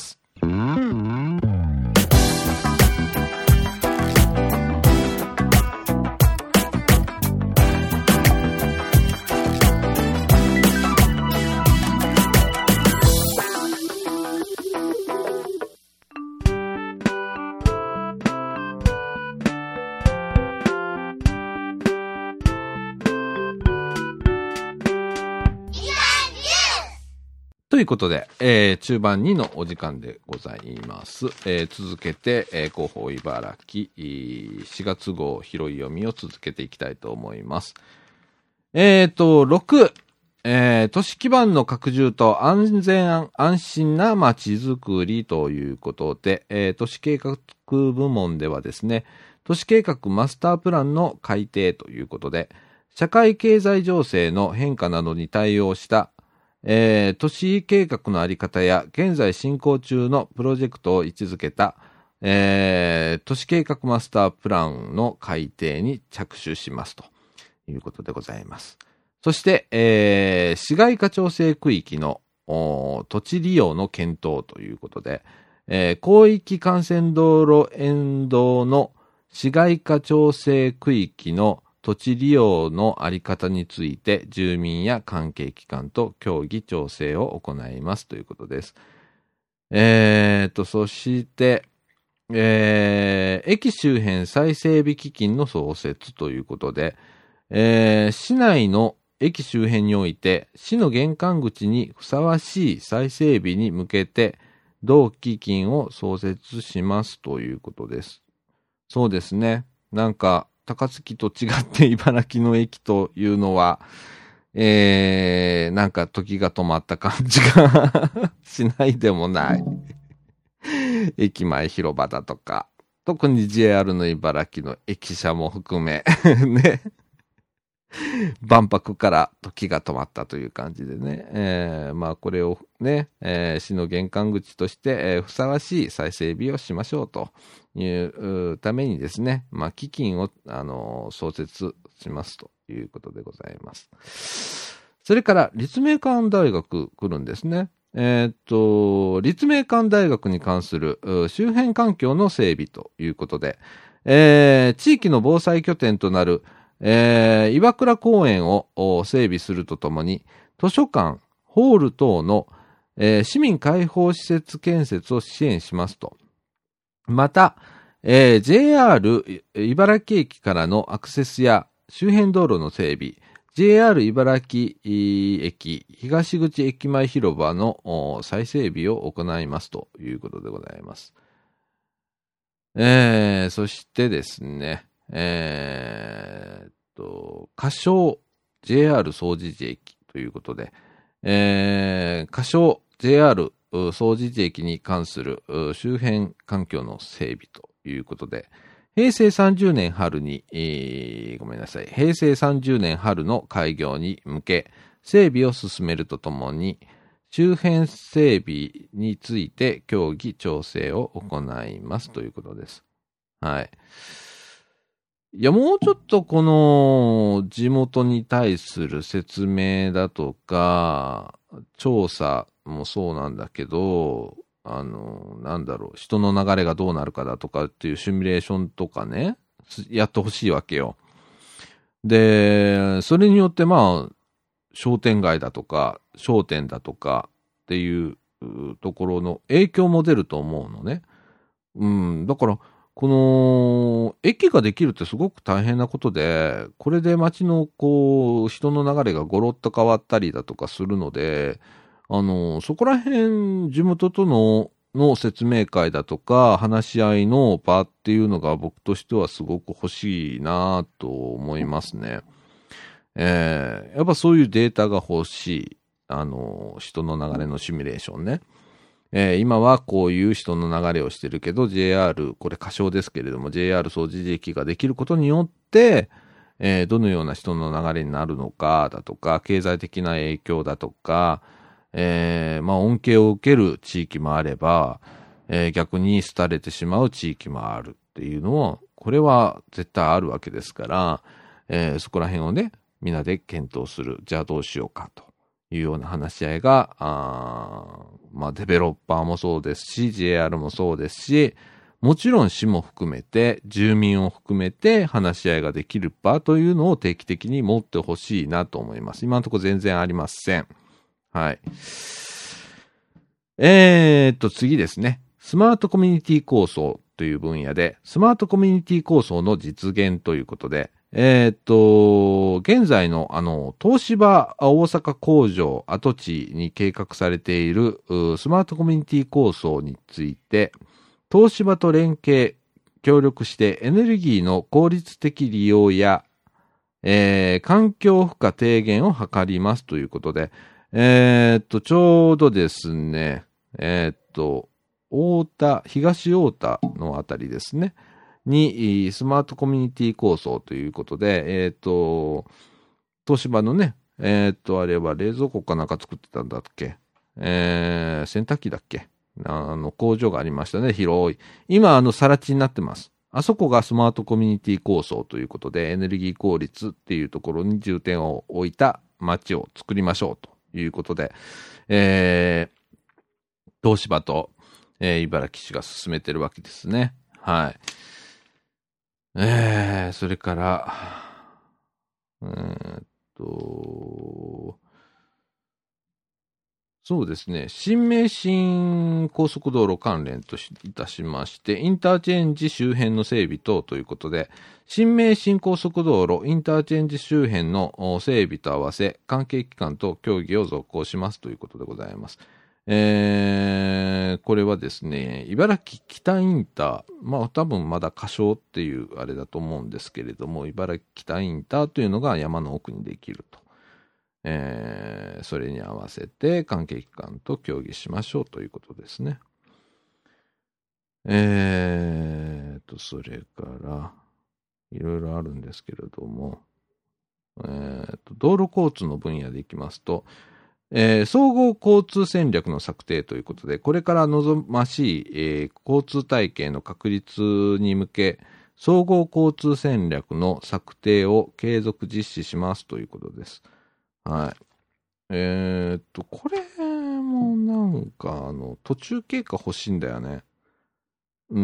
Speaker 1: ということで、えー、中盤にのお時間でございます。えー、続けて、えー、広報茨城しがつ号拾い読みを続けていきたいと思います。えーと、ろく、えー、都市基盤の拡充と安全安心な街づくりということで、えー、都市計画部門ではですね、都市計画マスタープランの改定ということで、社会経済情勢の変化などに対応したえー、都市計画のあり方や現在進行中のプロジェクトを位置づけた、えー、都市計画マスタープランの改定に着手しますということでございます。そして、えー、市街化調整区域の土地利用の検討ということで、えー、広域幹線道路沿道の市街化調整区域の土地利用のあり方について住民や関係機関と協議調整を行いますということです。えーと、そして、えー、駅周辺再整備基金の創設ということで、えー、市内の駅周辺において市の玄関口にふさわしい再整備に向けて同基金を創設しますということです。そうですね。なんか、高槻と違って茨城の駅というのは、えー、なんか時が止まった感じがしないでもない。 駅前広場だとか、特に ジェイアール の茨城の駅舎も含め、ね。万博から時が止まったという感じでね、えー、まあこれをね、えー、市の玄関口として、えー、ふさわしい再整備をしましょうというためにですね、まあ基金を、あのー、創設しますということでございます。それから立命館大学来るんですね。えー、っと、立命館大学に関する周辺環境の整備ということで、えー、地域の防災拠点となるえー、岩倉公園を整備するとともに、図書館、ホール等の、えー、市民開放施設建設を支援しますと。また、えー、ジェイアール 茨城駅からのアクセスや周辺道路の整備、ジェイアール 茨城駅東口駅前広場の再整備を行いますということでございます。えー、そしてですね、えー、っと、仮称 ジェイアール 総除寺駅ということで、えー、仮称 ジェイアール 総除寺駅に関する周辺環境の整備ということで、平成さんじゅうねん春に、えー、ごめんなさい、平成さんじゅうねん春の開業に向け、整備を進めるとともに、周辺整備について協議調整を行いますということです。はい。いや、もうちょっとこの地元に対する説明だとか、調査もそうなんだけど、あの、なんだろう、人の流れがどうなるかだとかっていうシミュレーションとかね、やってほしいわけよ。で、それによってまあ、商店街だとか、商店だとかっていうところの影響も出ると思うのね。うん、だから、この、駅ができるってすごく大変なことで、これで街のこう、人の流れがゴロッと変わったりだとかするので、あの、そこら辺、地元との、の説明会だとか、話し合いの場っていうのが僕としてはすごく欲しいなと思いますね。えー、やっぱそういうデータが欲しい。あの、人の流れのシミュレーションね。えー、今はこういう人の流れをしてるけど、ジェイアール、これ仮称ですけれども、ジェイアール 総除寺駅ができることによって、えー、どのような人の流れになるのか、だとか、経済的な影響だとか、えー、まあ、恩恵を受ける地域もあれば、えー、逆に廃れてしまう地域もあるっていうのも、これは絶対あるわけですから、えー、そこら辺をね、みんなで検討する。じゃあどうしようかというような話し合いが、あまあデベロッパーもそうですし、ジェイアール もそうですし、もちろん市も含めて、住民を含めて話し合いができる場というのを定期的に持ってほしいなと思います。今のところ全然ありません。はい。えーっと、次ですね。スマートコミュニティ構想という分野で、スマートコミュニティ構想の実現ということで、えーっと、現在のあの、東芝大阪工場跡地に計画されているスマートコミュニティ構想について、東芝と連携、協力してエネルギーの効率的利用や、えー、環境負荷低減を図りますということで、えー、っと、ちょうどですね、えー、っと、大田、東大田のあたりですね。に、スマートコミュニティ構想ということで、えっ、ー、と、東芝のね、えっ、ー、と、あれは冷蔵庫かなんか作ってたんだっけ、えー、洗濯機だっけ、あの、工場がありましたね、広い。今、あの、更地になってます。あそこがスマートコミュニティ構想ということで、エネルギー効率っていうところに重点を置いた街を作りましょうということで、えー、東芝と、えー、茨城市が進めてるわけですね。はい。えー、それから、えー、っと、そうですね。新名神高速道路関連といたしまして、インターチェンジ周辺の整備等ということで、新名神高速道路インターチェンジ周辺の整備と合わせ、関係機関と協議を続行しますということでございます。えー、これはですね、茨城北インター、まあ多分まだ仮称っていうあれだと思うんですけれども、茨城北インターというのが山の奥にできると。えー、それに合わせて関係機関と協議しましょうということですね。 えーと、それから、いろいろあるんですけれども、えーと、道路交通の分野でいきますと、えー総合交通戦略の策定ということで、これから望ましい、えー交通体系の確立に向け、総合交通戦略の策定を継続実施しますということです。はい。えーっと、これもなんか、あの、途中経過欲しいんだよね。うん、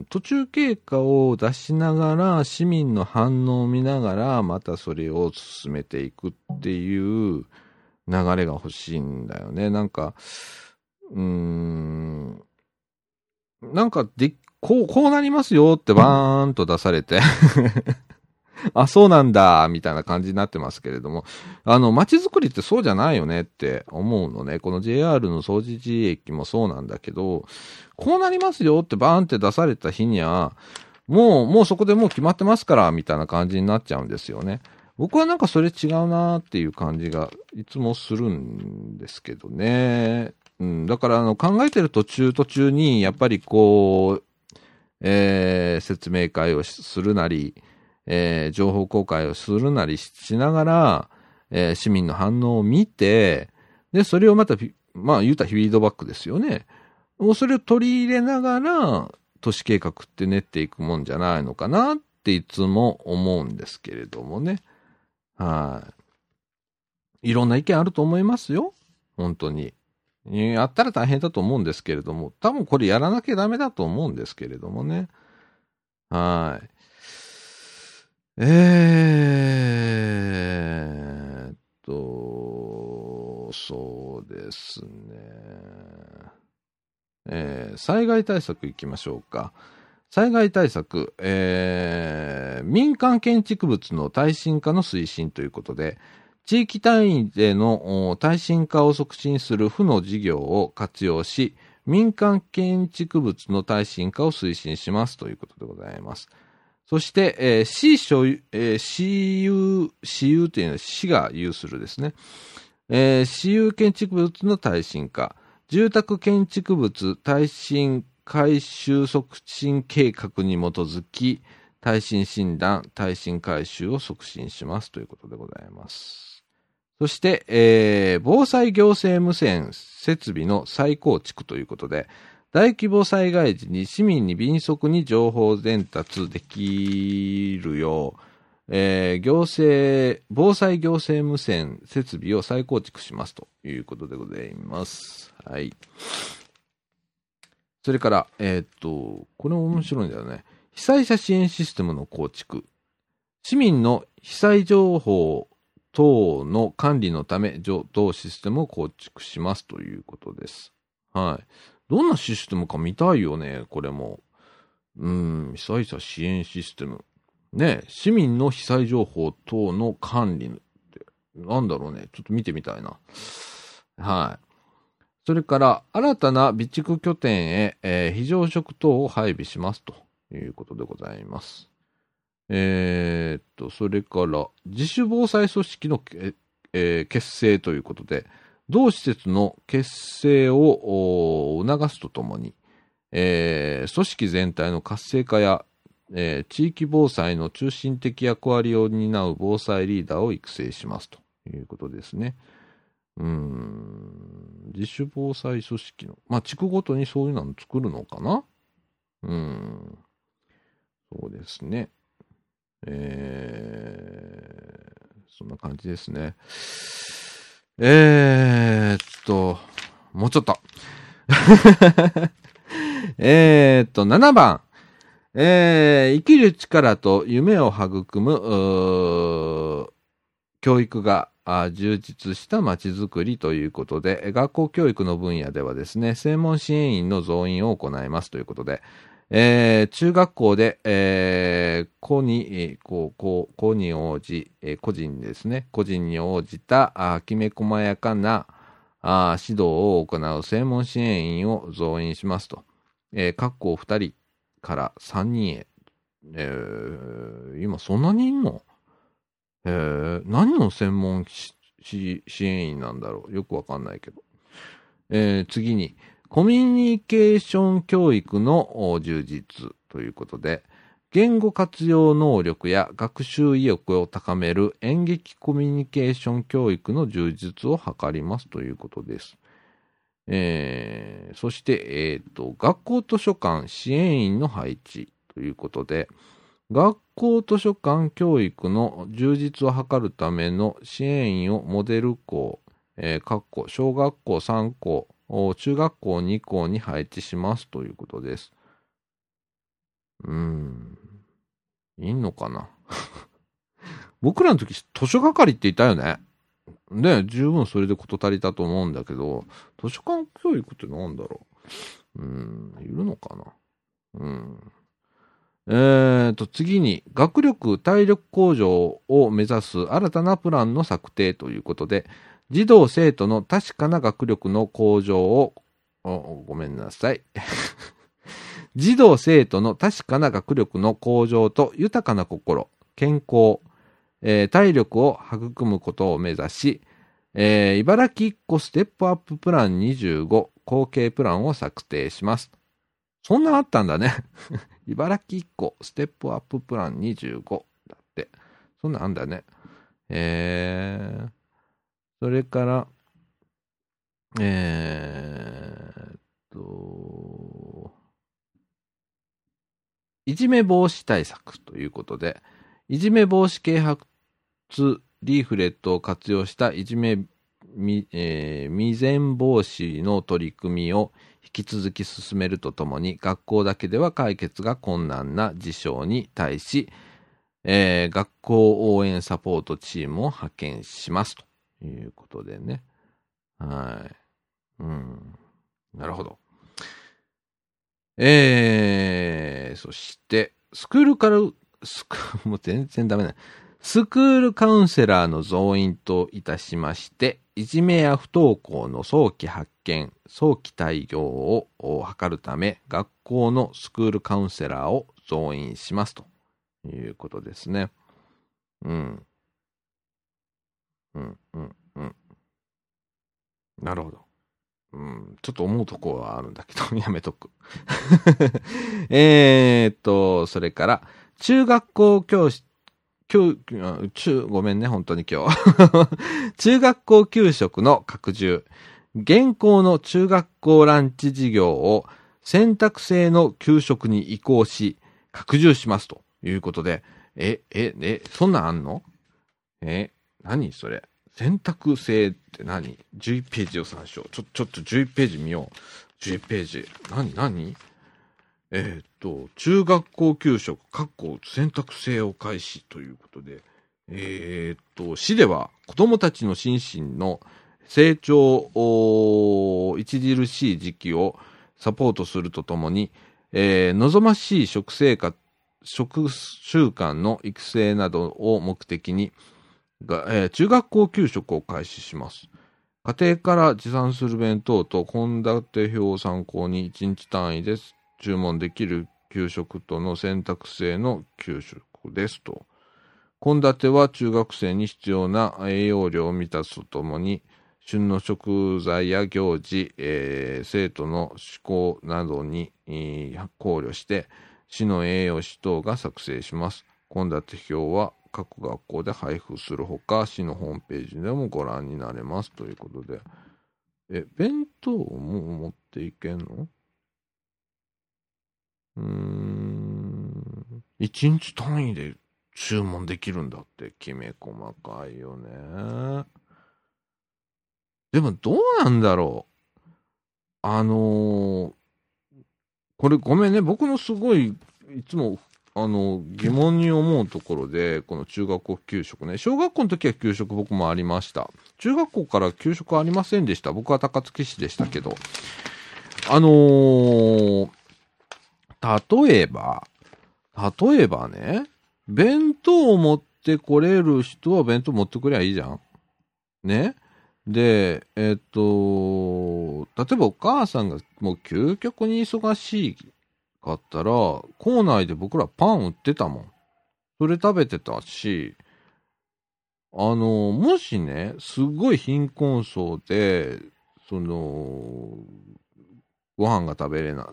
Speaker 1: 途中経過を出しながら、市民の反応を見ながら、またそれを進めていくっていう流れが欲しいんだよね。なんか、うーん、なんかで、こう、こうなりますよってバーンと出されてあ、そうなんだ、みたいな感じになってますけれども、あの、街づくりってそうじゃないよねって思うのね。この ジェイアール の総除寺駅もそうなんだけど、こうなりますよってバーンって出された日には、もう、もうそこでもう決まってますから、みたいな感じになっちゃうんですよね。僕はなんかそれ違うなーっていう感じがいつもするんですけどね。うん、だからあの考えてる途中途中に、やっぱりこう、えー、説明会をするなり、えー、情報公開をするなりしながら、えー、市民の反応を見て、で、それをまた、まあ言うたらフィードバックですよね。それを取り入れながら、都市計画って練っていくもんじゃないのかなっていつも思うんですけれどもね。はい。いろんな意見あると思いますよ。本当に。やったら大変だと思うんですけれども、多分これやらなきゃダメだと思うんですけれどもね。はい。えーっと、そうですね。えー災害対策いきましょうか。災害対策、えー民間建築物の耐震化の推進ということで、地域単位でのお耐震化を促進する府の事業を活用し、民間建築物の耐震化を推進しますということでございます。そして、えー市所有、えー市有、市有というのは市が有するですね。えー市有建築物の耐震化、住宅建築物耐震改修促進計画に基づき、耐震診断、耐震改修を促進しますということでございます。そして、えー防災行政無線設備の再構築ということで、大規模災害時に市民に迅速に情報伝達できるよう、えー行政、防災行政無線設備を再構築しますということでございます。はい。それから、えーっと、これも面白いんだよね。被災者支援システムの構築。市民の被災情報等の管理のため、同システムを構築しますということです。はい。どんなシステムか見たいよね、これも。うん、被災者支援システム。ね、市民の被災情報等の管理って、なんだろうね。ちょっと見てみたいな。はい。それから、新たな備蓄拠点へ、えー非常食等を配備しますということでございます。えーっと、それから、自主防災組織の、えー結成ということで、同施設の結成をお促すとともに、えー組織全体の活性化や、えー地域防災の中心的役割を担う防災リーダーを育成しますということですね。うーん、自主防災組織の、まあ、地区ごとにそういうのを作るのかな。うーん、そうですね。えー、そんな感じですね。えーっと、もうちょっと。えーっと、ななばん。えー、生きる力と夢を育む、うー教育があ充実した街づくりということで、学校教育の分野ではですね、専門支援員の増員を行いますということで、えー中学校で、えー、子に、えーこう、こう、子に応じ、えー個人ですね、個人に応じた、あきめ細やかな、あ指導を行う専門支援員を増員しますと。えー各校ふたりからさんにんへ。えー今そんなにいんの？えー、何の専門しし支援員なんだろうよくわかんないけど。えー次に、 コミュニケーション教育の充実ということで、言語活用能力や学習意欲を高める演劇コミュニケーション教育の充実を図りますということです。えー、そして、えーと、学校図書館支援員の配置ということで、学校図書館教育の充実を図るための支援員をモデル校、えー、かっこ小学校さん校、中学校に校に配置しますということです。うーん。いんのかな僕らの時図書係っていたよね。ね、十分それで事足りたと思うんだけど、図書館教育ってなんだろう。うーん、いるのかな。うん。えーと、次に、学力、体力向上を目指す新たなプランの策定ということで、児童生徒の確かな学力の向上を、ごめんなさい。児童生徒の確かな学力の向上と豊かな心、健康、えー、体力を育むことを目指し、えー、茨城いっこステップアッププランにじゅうご後継プランを策定します。そんなあったんだね。茨城いっこステップアッププランにじゅうごだって。そんなんあんだね。えー、それから、えーっと、いじめ防止対策ということで、いじめ防止啓発リーフレットを活用したいじめ未、えー、未然防止の取り組みを引き続き進めるとともに、学校だけでは解決が困難な事象に対し、えー、学校応援サポートチームを派遣しますということでね。はい。うん。なるほど。えー、そして、スクールから、スクもう全然ダメだ。スクールカウンセラーの増員といたしまして、いじめや不登校の早期発見、早期対応を図るため、学校のスクールカウンセラーを増員しますということですね。うん。うん、うん、うん。なるほど。うん、ちょっと思うとこはあるんだけど、やめとく。えっと、それから、中学校教師、教、中、ごめんね、本当に今日。中学校給食の拡充。現行の中学校ランチ事業を選択制の給食に移行し、拡充しますということで、え、え、え、そんなんあんの？え、何それ？選択制って何？ じゅういち ページを参照。ちょ、ちょっとじゅういちページ見よう。じゅういちページ。何、何？えー、っと、中学校給食、括弧選択制を開始ということで、えー、っと、市では子供たちの心身の成長著しい時期をサポートするとともに、えー、望ましい食生活、食習慣の育成などを目的に、がえー、中学校給食を開始します。家庭から持参する弁当と献立表を参考にいちにち単位で注文できる給食との選択制の給食ですと。献立は中学生に必要な栄養量を満たすとともに、旬の食材や行事、えー、生徒の思考などに、えー、考慮して、市の栄養士等が作成します。献立表は各学校で配布するほか、市のホームページでもご覧になれますということで。え、弁当も持っていけんの？うーん。一日単位で注文できるんだって、きめ細かいよね。でもどうなんだろう。あのー、これごめんね、僕のすごい、いつも、あの、疑問に思うところで、この中学校給食ね。小学校の時は給食僕もありました。中学校から給食ありませんでした。僕は高槻市でしたけど。あのー、例えば、例えばね、弁当を持ってこれる人は弁当持ってくりゃいいじゃん。ね。で、えっと、例えばお母さんがもう究極に忙しいかったら、校内で僕らパン売ってたもん。それ食べてたし、あの、もしね、すごい貧困層で、その、 ご飯が食べれない。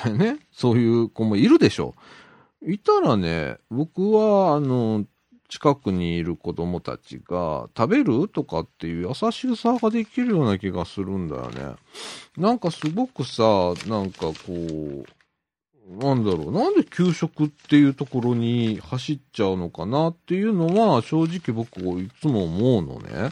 Speaker 1: ね。そういう子もいるでしょう。いたらね、僕は、あの、近くにいる子供たちが、食べるとかっていう優しさができるような気がするんだよね。なんかすごくさ、なんかこう、なんだろう、なんで給食っていうところに走っちゃうのかなっていうのは、正直僕いつも思うのね。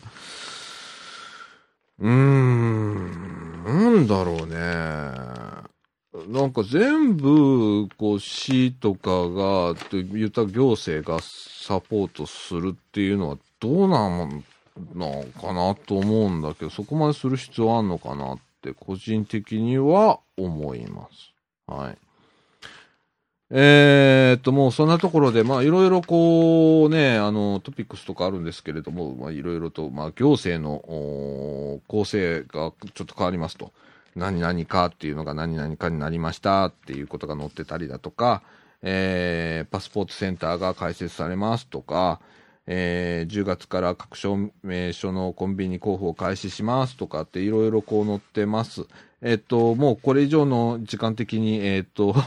Speaker 1: うーん、なんだろうね。なんか全部、こう、市とかが、と言った行政がサポートするっていうのはどうなんのかなと思うんだけど、そこまでする必要あんのかなって個人的には思います。はい。えーっと、もうそんなところで、まあいろいろこうね、あの、トピックスとかあるんですけれども、まあいろいろと、まあ行政の構成がちょっと変わりますと。何々かっていうのが何々かになりましたっていうことが載ってたりだとか、えー、パスポートセンターが開設されますとか、えー、じゅうがつから各証明書のコンビニ交付を開始しますとかっていろいろこう載ってます。えっと、もうこれ以上の時間的に、えっと、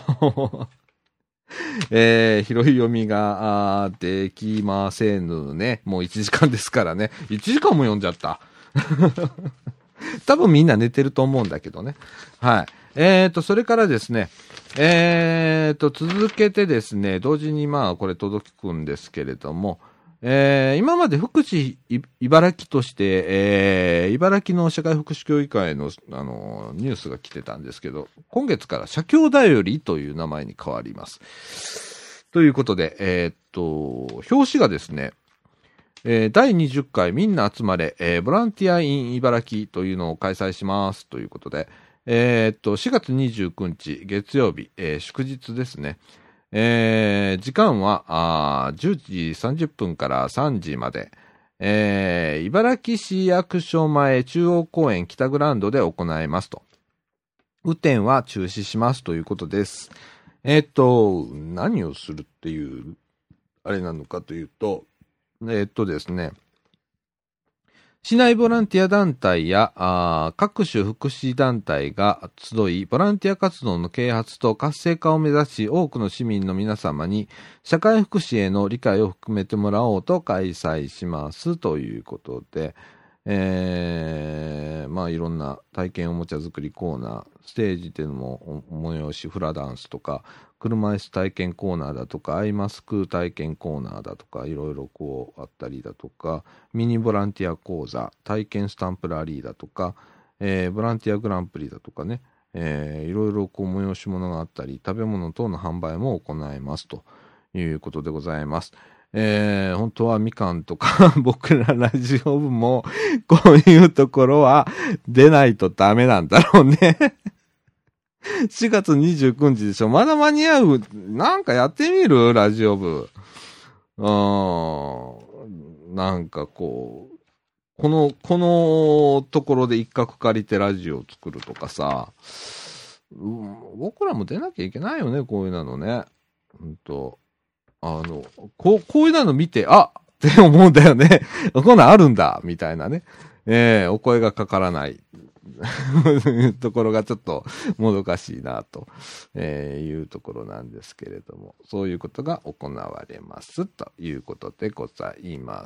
Speaker 1: えー、広い読みができませんね。もういちじかんですからね。いちじかんも読んじゃった。多分みんな寝てると思うんだけどね。はい。えーと、それからですね、えーと、続けてですね、同時にまあこれ届くんですけれども、えー、今まで福祉茨城として、えー、茨城の社会福祉協議会の、あの、ニュースが来てたんですけど、今月から社協だよりという名前に変わります。ということで、えー、っと、表紙がですね、えー、だいにじゅっかいみんな集まれ、えー、ボランティアイン茨城というのを開催しますということで、えー、っと、しがつにじゅうくにち月曜日、えー、祝日ですね。えー、時間はあじゅうじさんじゅっぷんからさんじまで、えー、茨城市役所前中央公園北グラウンドで行いますと。雨天は中止しますということです。えー、っと、何をするっていう、あれなのかというと、えー、っとですね、市内ボランティア団体やあ各種福祉団体が集い、ボランティア活動の啓発と活性化を目指し、多くの市民の皆様に社会福祉への理解を含めてもらおうと開催しますということで、えー、まあいろんな体験おもちゃ作りコーナー、ステージでの催し、フラダンスとか、車椅子体験コーナーだとか、アイマスク体験コーナーだとか、いろいろこうあったりだとか、ミニボランティア講座、体験スタンプラリーだとか、えー、ボランティアグランプリだとかね、えー、いろいろこう催し物があったり、食べ物等の販売も行いますということでございます。えー、本当はみかんとか僕らラジオ部もこういうところは出ないとダメなんだろうね。しがつにじゅうくにちでしょ。まだ間に合う。なんかやってみるラジオ部。うーん。なんかこう、この、このところで一角借りてラジオを作るとかさ、うん、僕らも出なきゃいけないよね、こういうのね。ほんと。あの、こう、こういうの見て、あって思うんだよね。こんなんあるんだ、みたいなね。えー、お声がかからない。ところがちょっともどかしいなと、えー、いうところなんですけれども、そういうことが行われますということでございます。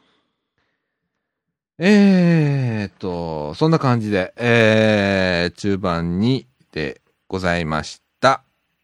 Speaker 1: えーと、そんな感じで、えー、中盤にでございました。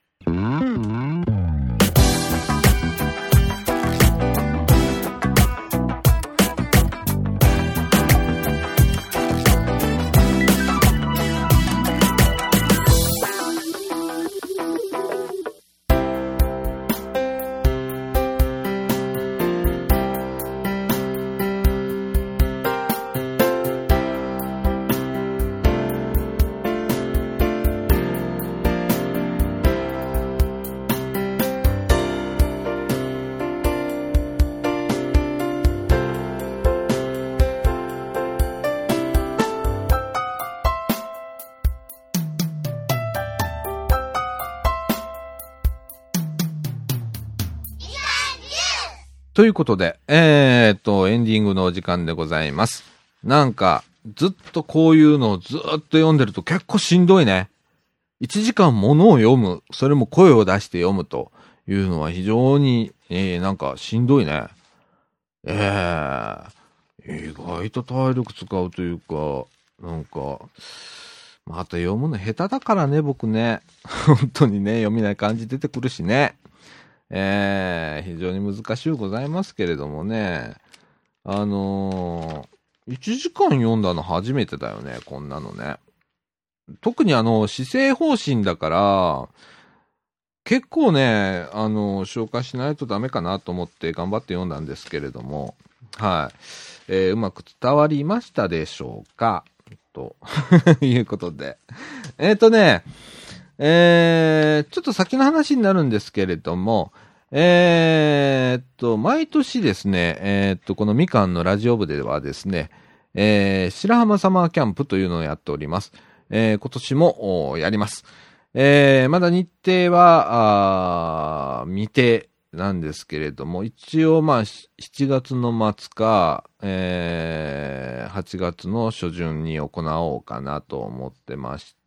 Speaker 1: ということで、えーっと、エンディングのお時間でございます。なんか、ずっとこういうのをずっと読んでると結構しんどいね。 いちじかんものを読む、それも声を出して読むというのは非常に、えー、なんかしんどいね。ええー、意外と体力使うというか、なんか、また読むの下手だからね、僕ね。本当にね、読みない感じ出てくるしね。えー、非常に難しゅうございますけれどもね。あのー、いちじかん読んだの初めてだよね、こんなのね。特にあの、施政方針だから、結構ね、あの、紹介しないとダメかなと思って頑張って読んだんですけれども、はい。えー、うまく伝わりましたでしょうかということで。えっとね、えー、ちょっと先の話になるんですけれども、えー、っと、毎年ですね、えー、っと、このみかんのラジオ部ではですね、えー、白浜サマーキャンプというのをやっております。えー、今年もやります。えー、まだ日程は、あ未定なんですけれども、一応まあ、しちがつの末か、えー、はちがつの初旬に行おうかなと思ってまして、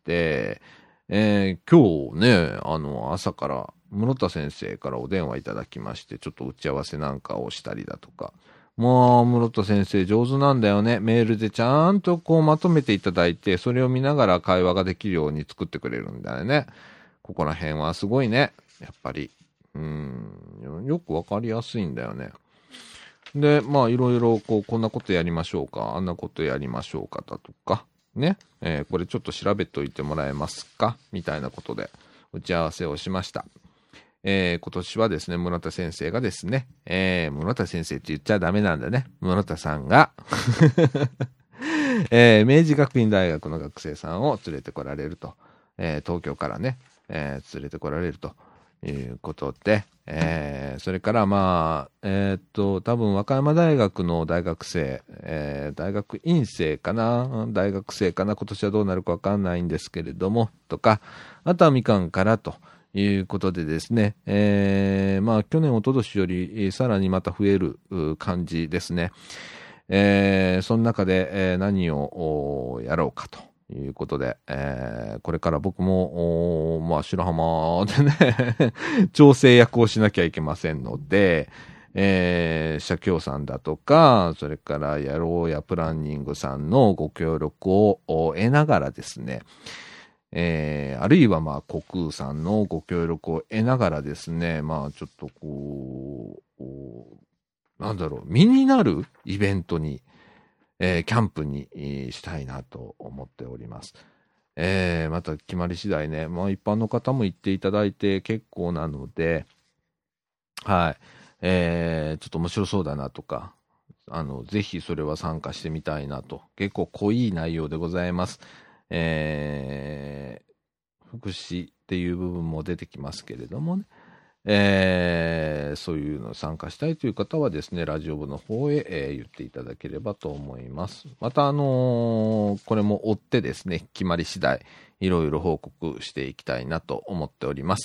Speaker 1: えー、今日ね、あの、朝から、室田先生からお電話いただきまして、ちょっと打ち合わせなんかをしたりだとか、もう、室田先生上手なんだよね。メールでちゃんとこうまとめていただいて、それを見ながら会話ができるように作ってくれるんだよね。ここら辺はすごいね。やっぱり。うーん、よくわかりやすいんだよね。で、まあ、いろいろ、こう、こんなことやりましょうか、あんなことやりましょうかだとか、ね。えー、これちょっと調べといてもらえますかみたいなことで、打ち合わせをしました。えー、今年はですね、村田先生がですね、えー、村田先生って言っちゃダメなんだね。村田さんが、えー、明治学院大学の学生さんを連れてこられると。えー、東京からね、えー、連れてこられるということで、えー、それからまあ、えー、っと、多分和歌山大学の大学生、えー、大学院生かな大学生かな今年はどうなるかわかんないんですけれども、とか、あとはみかんからと、いうことでですね、えー、まあ去年、一昨年よりさらにまた増える感じですね。えー、その中で、えー、何をやろうかということで、えー、これから僕も、まあ白浜でね、調整役をしなきゃいけませんので、えー、社協さんだとか、それからやろうやプランニングさんのご協力を得ながらですね、えー、あるいはまあ国空さんのご協力を得ながらですね、まあちょっとこう、なんだろう、身になるイベントに、えー、キャンプにしたいなと思っております。えー、また決まり次第ね、まあ一般の方も行っていただいて結構なので、はい、えー、ちょっと面白そうだなとか、あの、ぜひそれは参加してみたいなと、結構濃い内容でございます。えー、福祉っていう部分も出てきますけれどもね、えー、そういうの参加したいという方はですね、ラジオ部の方へ、えー、言っていただければと思います。また、あのー、これも追ってですね、決まり次第、いろいろ報告していきたいなと思っております。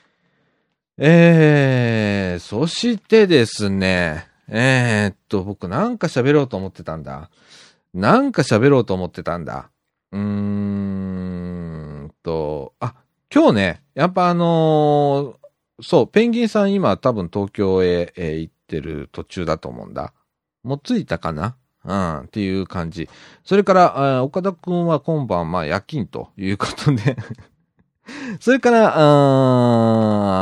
Speaker 1: えー、そしてですね、えー、っと、僕なんか喋ろうと思ってたんだ。なんか喋ろうと思ってたんだ。うーんと、あ、今日ね、やっぱあのー、そう、ペンギンさん今多分東京へ、えー行ってる途中だと思うんだ。もう着いたかなうん、っていう感じ。それから、岡田くんは今晩、まあ夜勤ということでそれから、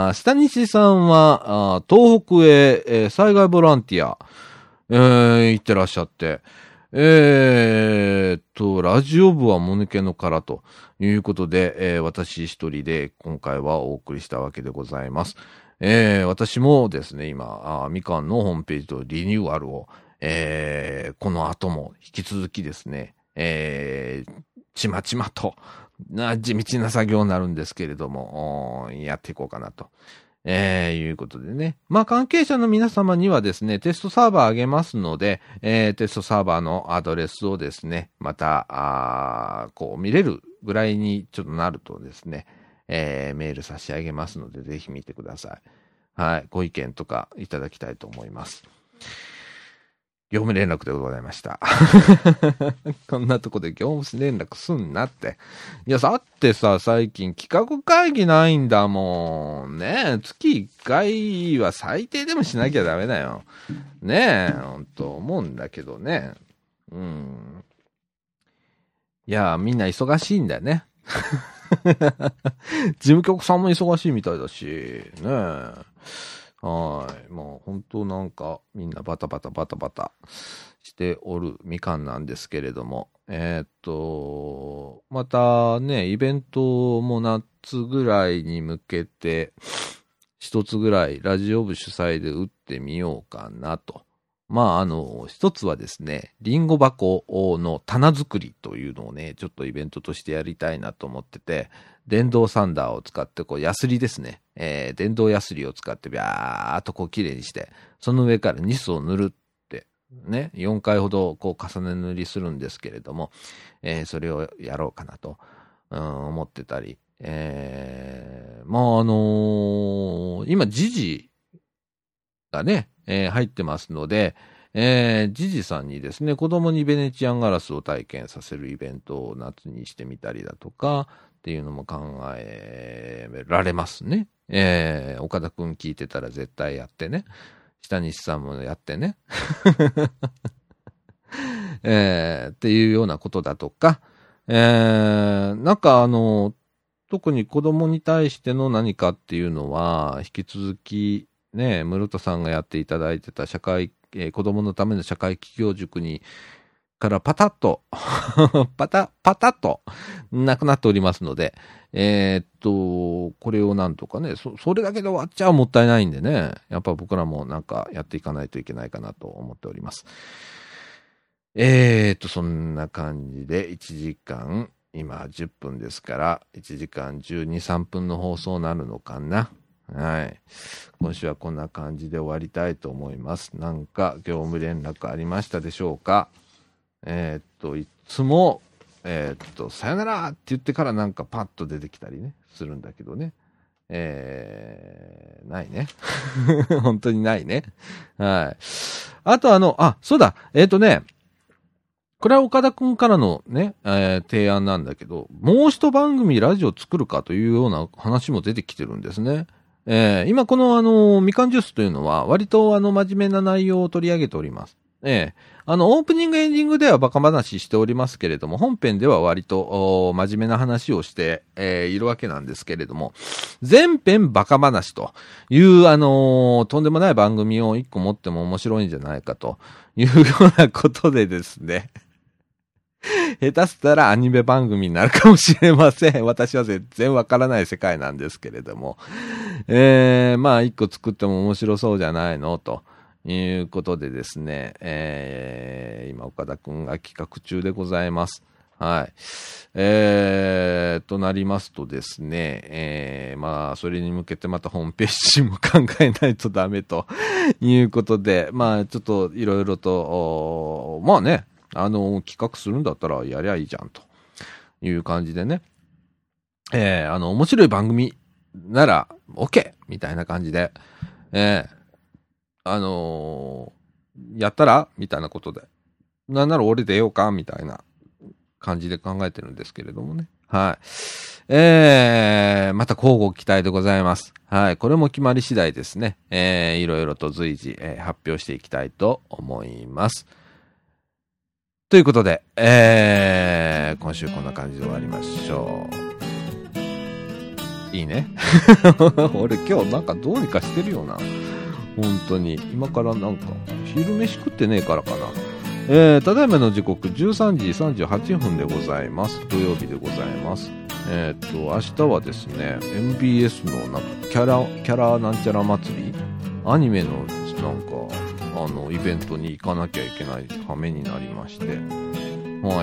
Speaker 1: あ下西さんは、あ東北へ、えー災害ボランティア、えー行ってらっしゃって、えーっと、ラジオ部はもぬけの殻ということで、えー私一人で今回はお送りしたわけでございます。えー私もですね、今、あみかんのホームページとリニューアルを、えーこの後も引き続きですね、えーちまちまと、な、地道な作業になるんですけれども、やっていこうかなと。えー、いうことでね。まあ、関係者の皆様にはですね、テストサーバーあげますので、えー、テストサーバーのアドレスをですね、また、あこう見れるぐらいにちょっとなるとですね、えー、メール差し上げますので、ぜひ見てください。はい。ご意見とかいただきたいと思います。 業務連絡でございました。こんなとこで業務連絡すんなって。いや、だってさ、最近企画会議ないんだもん。ねえ、月いっかいは最低でもしなきゃダメだよ。ねえ、ほんと思うんだけどね。うん。いや、みんな忙しいんだよね。事務局さんも忙しいみたいだし、ねえ。はい。もう本当なんかみんなバタバタバタバタしておるみかんなんですけれども、えー、っと、またね、イベントも夏ぐらいに向けて、一つぐらいラジオ部主催で打ってみようかなと。まあ、あの、一つはですね、リンゴ箱の棚作りというのをね、ちょっとイベントとしてやりたいなと思ってて、電動サンダーを使って、こう、ヤスリですね。えー、電動ヤスリを使って、ビャーっとこう、綺麗にして、その上からニスを塗るって、ね、よんかいほど、こう、重ね塗りするんですけれども、えー、それをやろうかなと、うん、思ってたり、えー、まあ、あのー、今、ジジがね、えー、入ってますので、えー、ジジさんにですね、子供にベネチアンガラスを体験させるイベントを夏にしてみたりだとか、っていうのも考えられますね。えー、岡田くん聞いてたら絶対やってね。下西さんもやってね。えー、っていうようなことだとか、えー、なんかあの、特に子供に対しての何かっていうのは、引き続きね、室田さんがやっていただいてた社会、えー、子供のための社会起業塾に、からパタッと、パタ、パタッと、なくなっておりますので、えー、っと、これをなんとかね、そ、それだけで終わっちゃもったいないんでね、やっぱ僕らもなんかやっていかないといけないかなと思っております。えー、っと、そんな感じでいちじかん、今じゅっぷんですから、いちじかんじゅうに、さんぷんの放送になるのかな。はい。今週はこんな感じで終わりたいと思います。なんか業務連絡ありましたでしょうか？えー、っと、いつも、えー、っと、さよならって言ってからなんかパッと出てきたりね、するんだけどね。えー、ないね。本当にないね。はい。あとあの、あ、そうだ、えー、っとね、これは岡田くんからのね、えー、提案なんだけど、もう一番組ラジオ作るかというような話も出てきてるんですね。えー、今このあの、みかんジュースというのは割とあの、真面目な内容を取り上げております。ええ。あの、オープニングエンディングではバカ話しておりますけれども、本編では割と、真面目な話をして、えー、いるわけなんですけれども、全編バカ話という、あのー、とんでもない番組を一個持っても面白いんじゃないかというようなことでですね、下手したらアニメ番組になるかもしれません。私は全然わからない世界なんですけれども、えー、まあ一個作っても面白そうじゃないのと。いうことでですね、えー、今岡田くんが企画中でございます。はい。えー、となりますとですね、えー、まあ、それに向けてまたホームページも考えないとダメということで、まあ、ちょっといろいろと、まあね、あの、企画するんだったらやりゃいいじゃんという感じでね、えー、あの、面白い番組なら OK! みたいな感じで、えー、あのー、やったらみたいなことで。なんなら俺出ようかみたいな感じで考えてるんですけれどもね。はい。えー、また交互期待でございます。はい。これも決まり次第ですね。えー、いろいろと随時、えー、発表していきたいと思います。ということで、えー、今週こんな感じで終わりましょう。いいね。俺今日なんかどうにかしてるよな。本当に今からなんか昼飯食ってねえからかな。えー、ただいまの時刻じゅうさんじさんじゅうはっぷんでございます。土曜日でございます。えー、っと明日はですね エムビーエス のなんかキャラキャラなんちゃら祭りアニメのなんかあのイベントに行かなきゃいけない羽目になりまして、はい。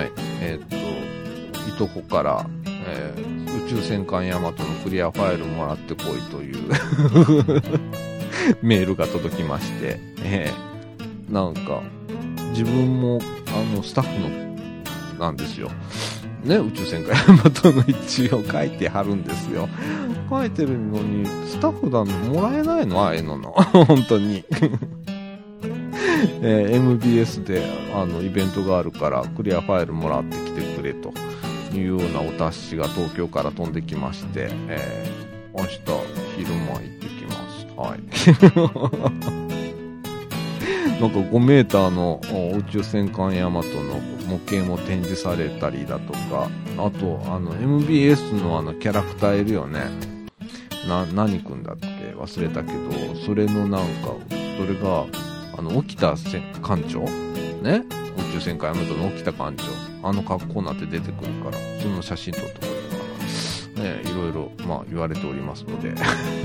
Speaker 1: えー、っといとこから、えー、宇宙戦艦ヤマトのクリアファイルもらってこいというメールが届きまして、えー、なんか自分もあのスタッフのなんですよね、宇宙戦艦ヤマトの一応書いてはるんですよ。書いてるのにスタッフだのもらえないのああいうのの本当にえー、エムビーエス であのイベントがあるからクリアファイルもらってきてくれというようなお達しが東京から飛んできまして、えー、明日昼間行ってきます。はいなんかごメーターの宇宙戦艦ヤマトの模型も展示されたりだとか、あとあの エムビーエス のあのキャラクターいるよね。な何くんだっけ忘れたけど、それのなんかそれがあの沖田艦長ね、宇宙戦艦ヤマトの沖田艦長、あの格好になって出てくるから、その写真撮ってこようかな、ね、いろいろまあ言われておりますので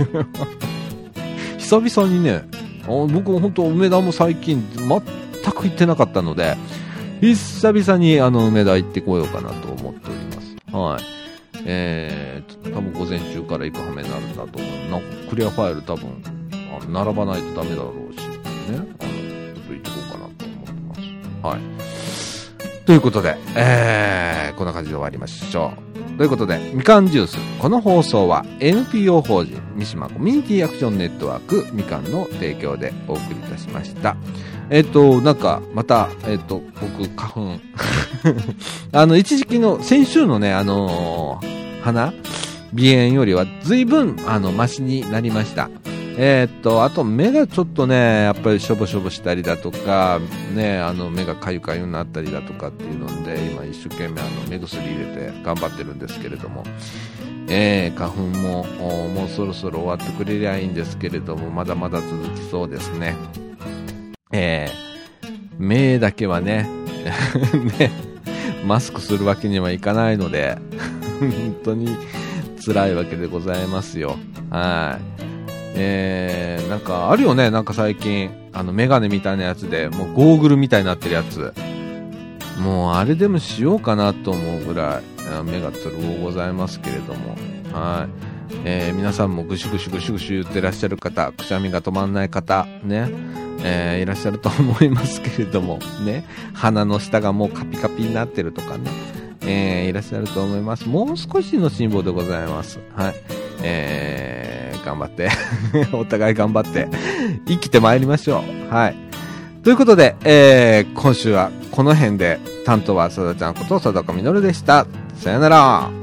Speaker 1: 久々にね、あ僕も本当梅田も最近全く行ってなかったので、久々にあの梅田行ってこようかなと思っております。はい。えー、多分午前中から行く羽目になるんだと思う。なんかクリアファイル多分あの並ばないとダメだろうし、ね、あのちょっと行ってこうかなと思ってます。はい。ということで、えー、こんな感じで終わりましょう。ということで、みかんジュース。この放送は エヌピーオー 法人三島コミュニティアクションネットワークみかんの提供でお送りいたしました。えっと、なんか、また、えっと、僕、花粉。あの、一時期の、先週のね、あのー、鼻鼻炎よりは随分、あの、マシになりました。えー、っと、あと目がちょっとね、やっぱりしょぼしょぼしたりだとか、ね、あの目がかゆかゆになったりだとかっていうので、今一生懸命あの目薬入れて頑張ってるんですけれども、えー、花粉ももうそろそろ終わってくれりゃいいんですけれども、まだまだ続きそうですね。えー、目だけはね、ね、マスクするわけにはいかないので、本当に辛いわけでございますよ。はい。えー、なんかあるよね、なんか最近あのメガネみたいなやつでもうゴーグルみたいになってるやつ、もうあれでもしようかなと思うぐらい目がつるございますけれども、はい、えー、皆さんもぐしゅぐしゅぐしゅぐしゅ言ってらっしゃる方、くしゃみが止まんない方ね、えー、いらっしゃると思いますけれどもね、鼻の下がもうカピカピになってるとかね、えー、いらっしゃると思います。もう少しの辛抱でございます。はい、えー、頑張ってお互い頑張って生きてまいりましょう。はい。ということで、えー、今週はこの辺で、担当はさだちゃんことさだかみのるでした。さよなら。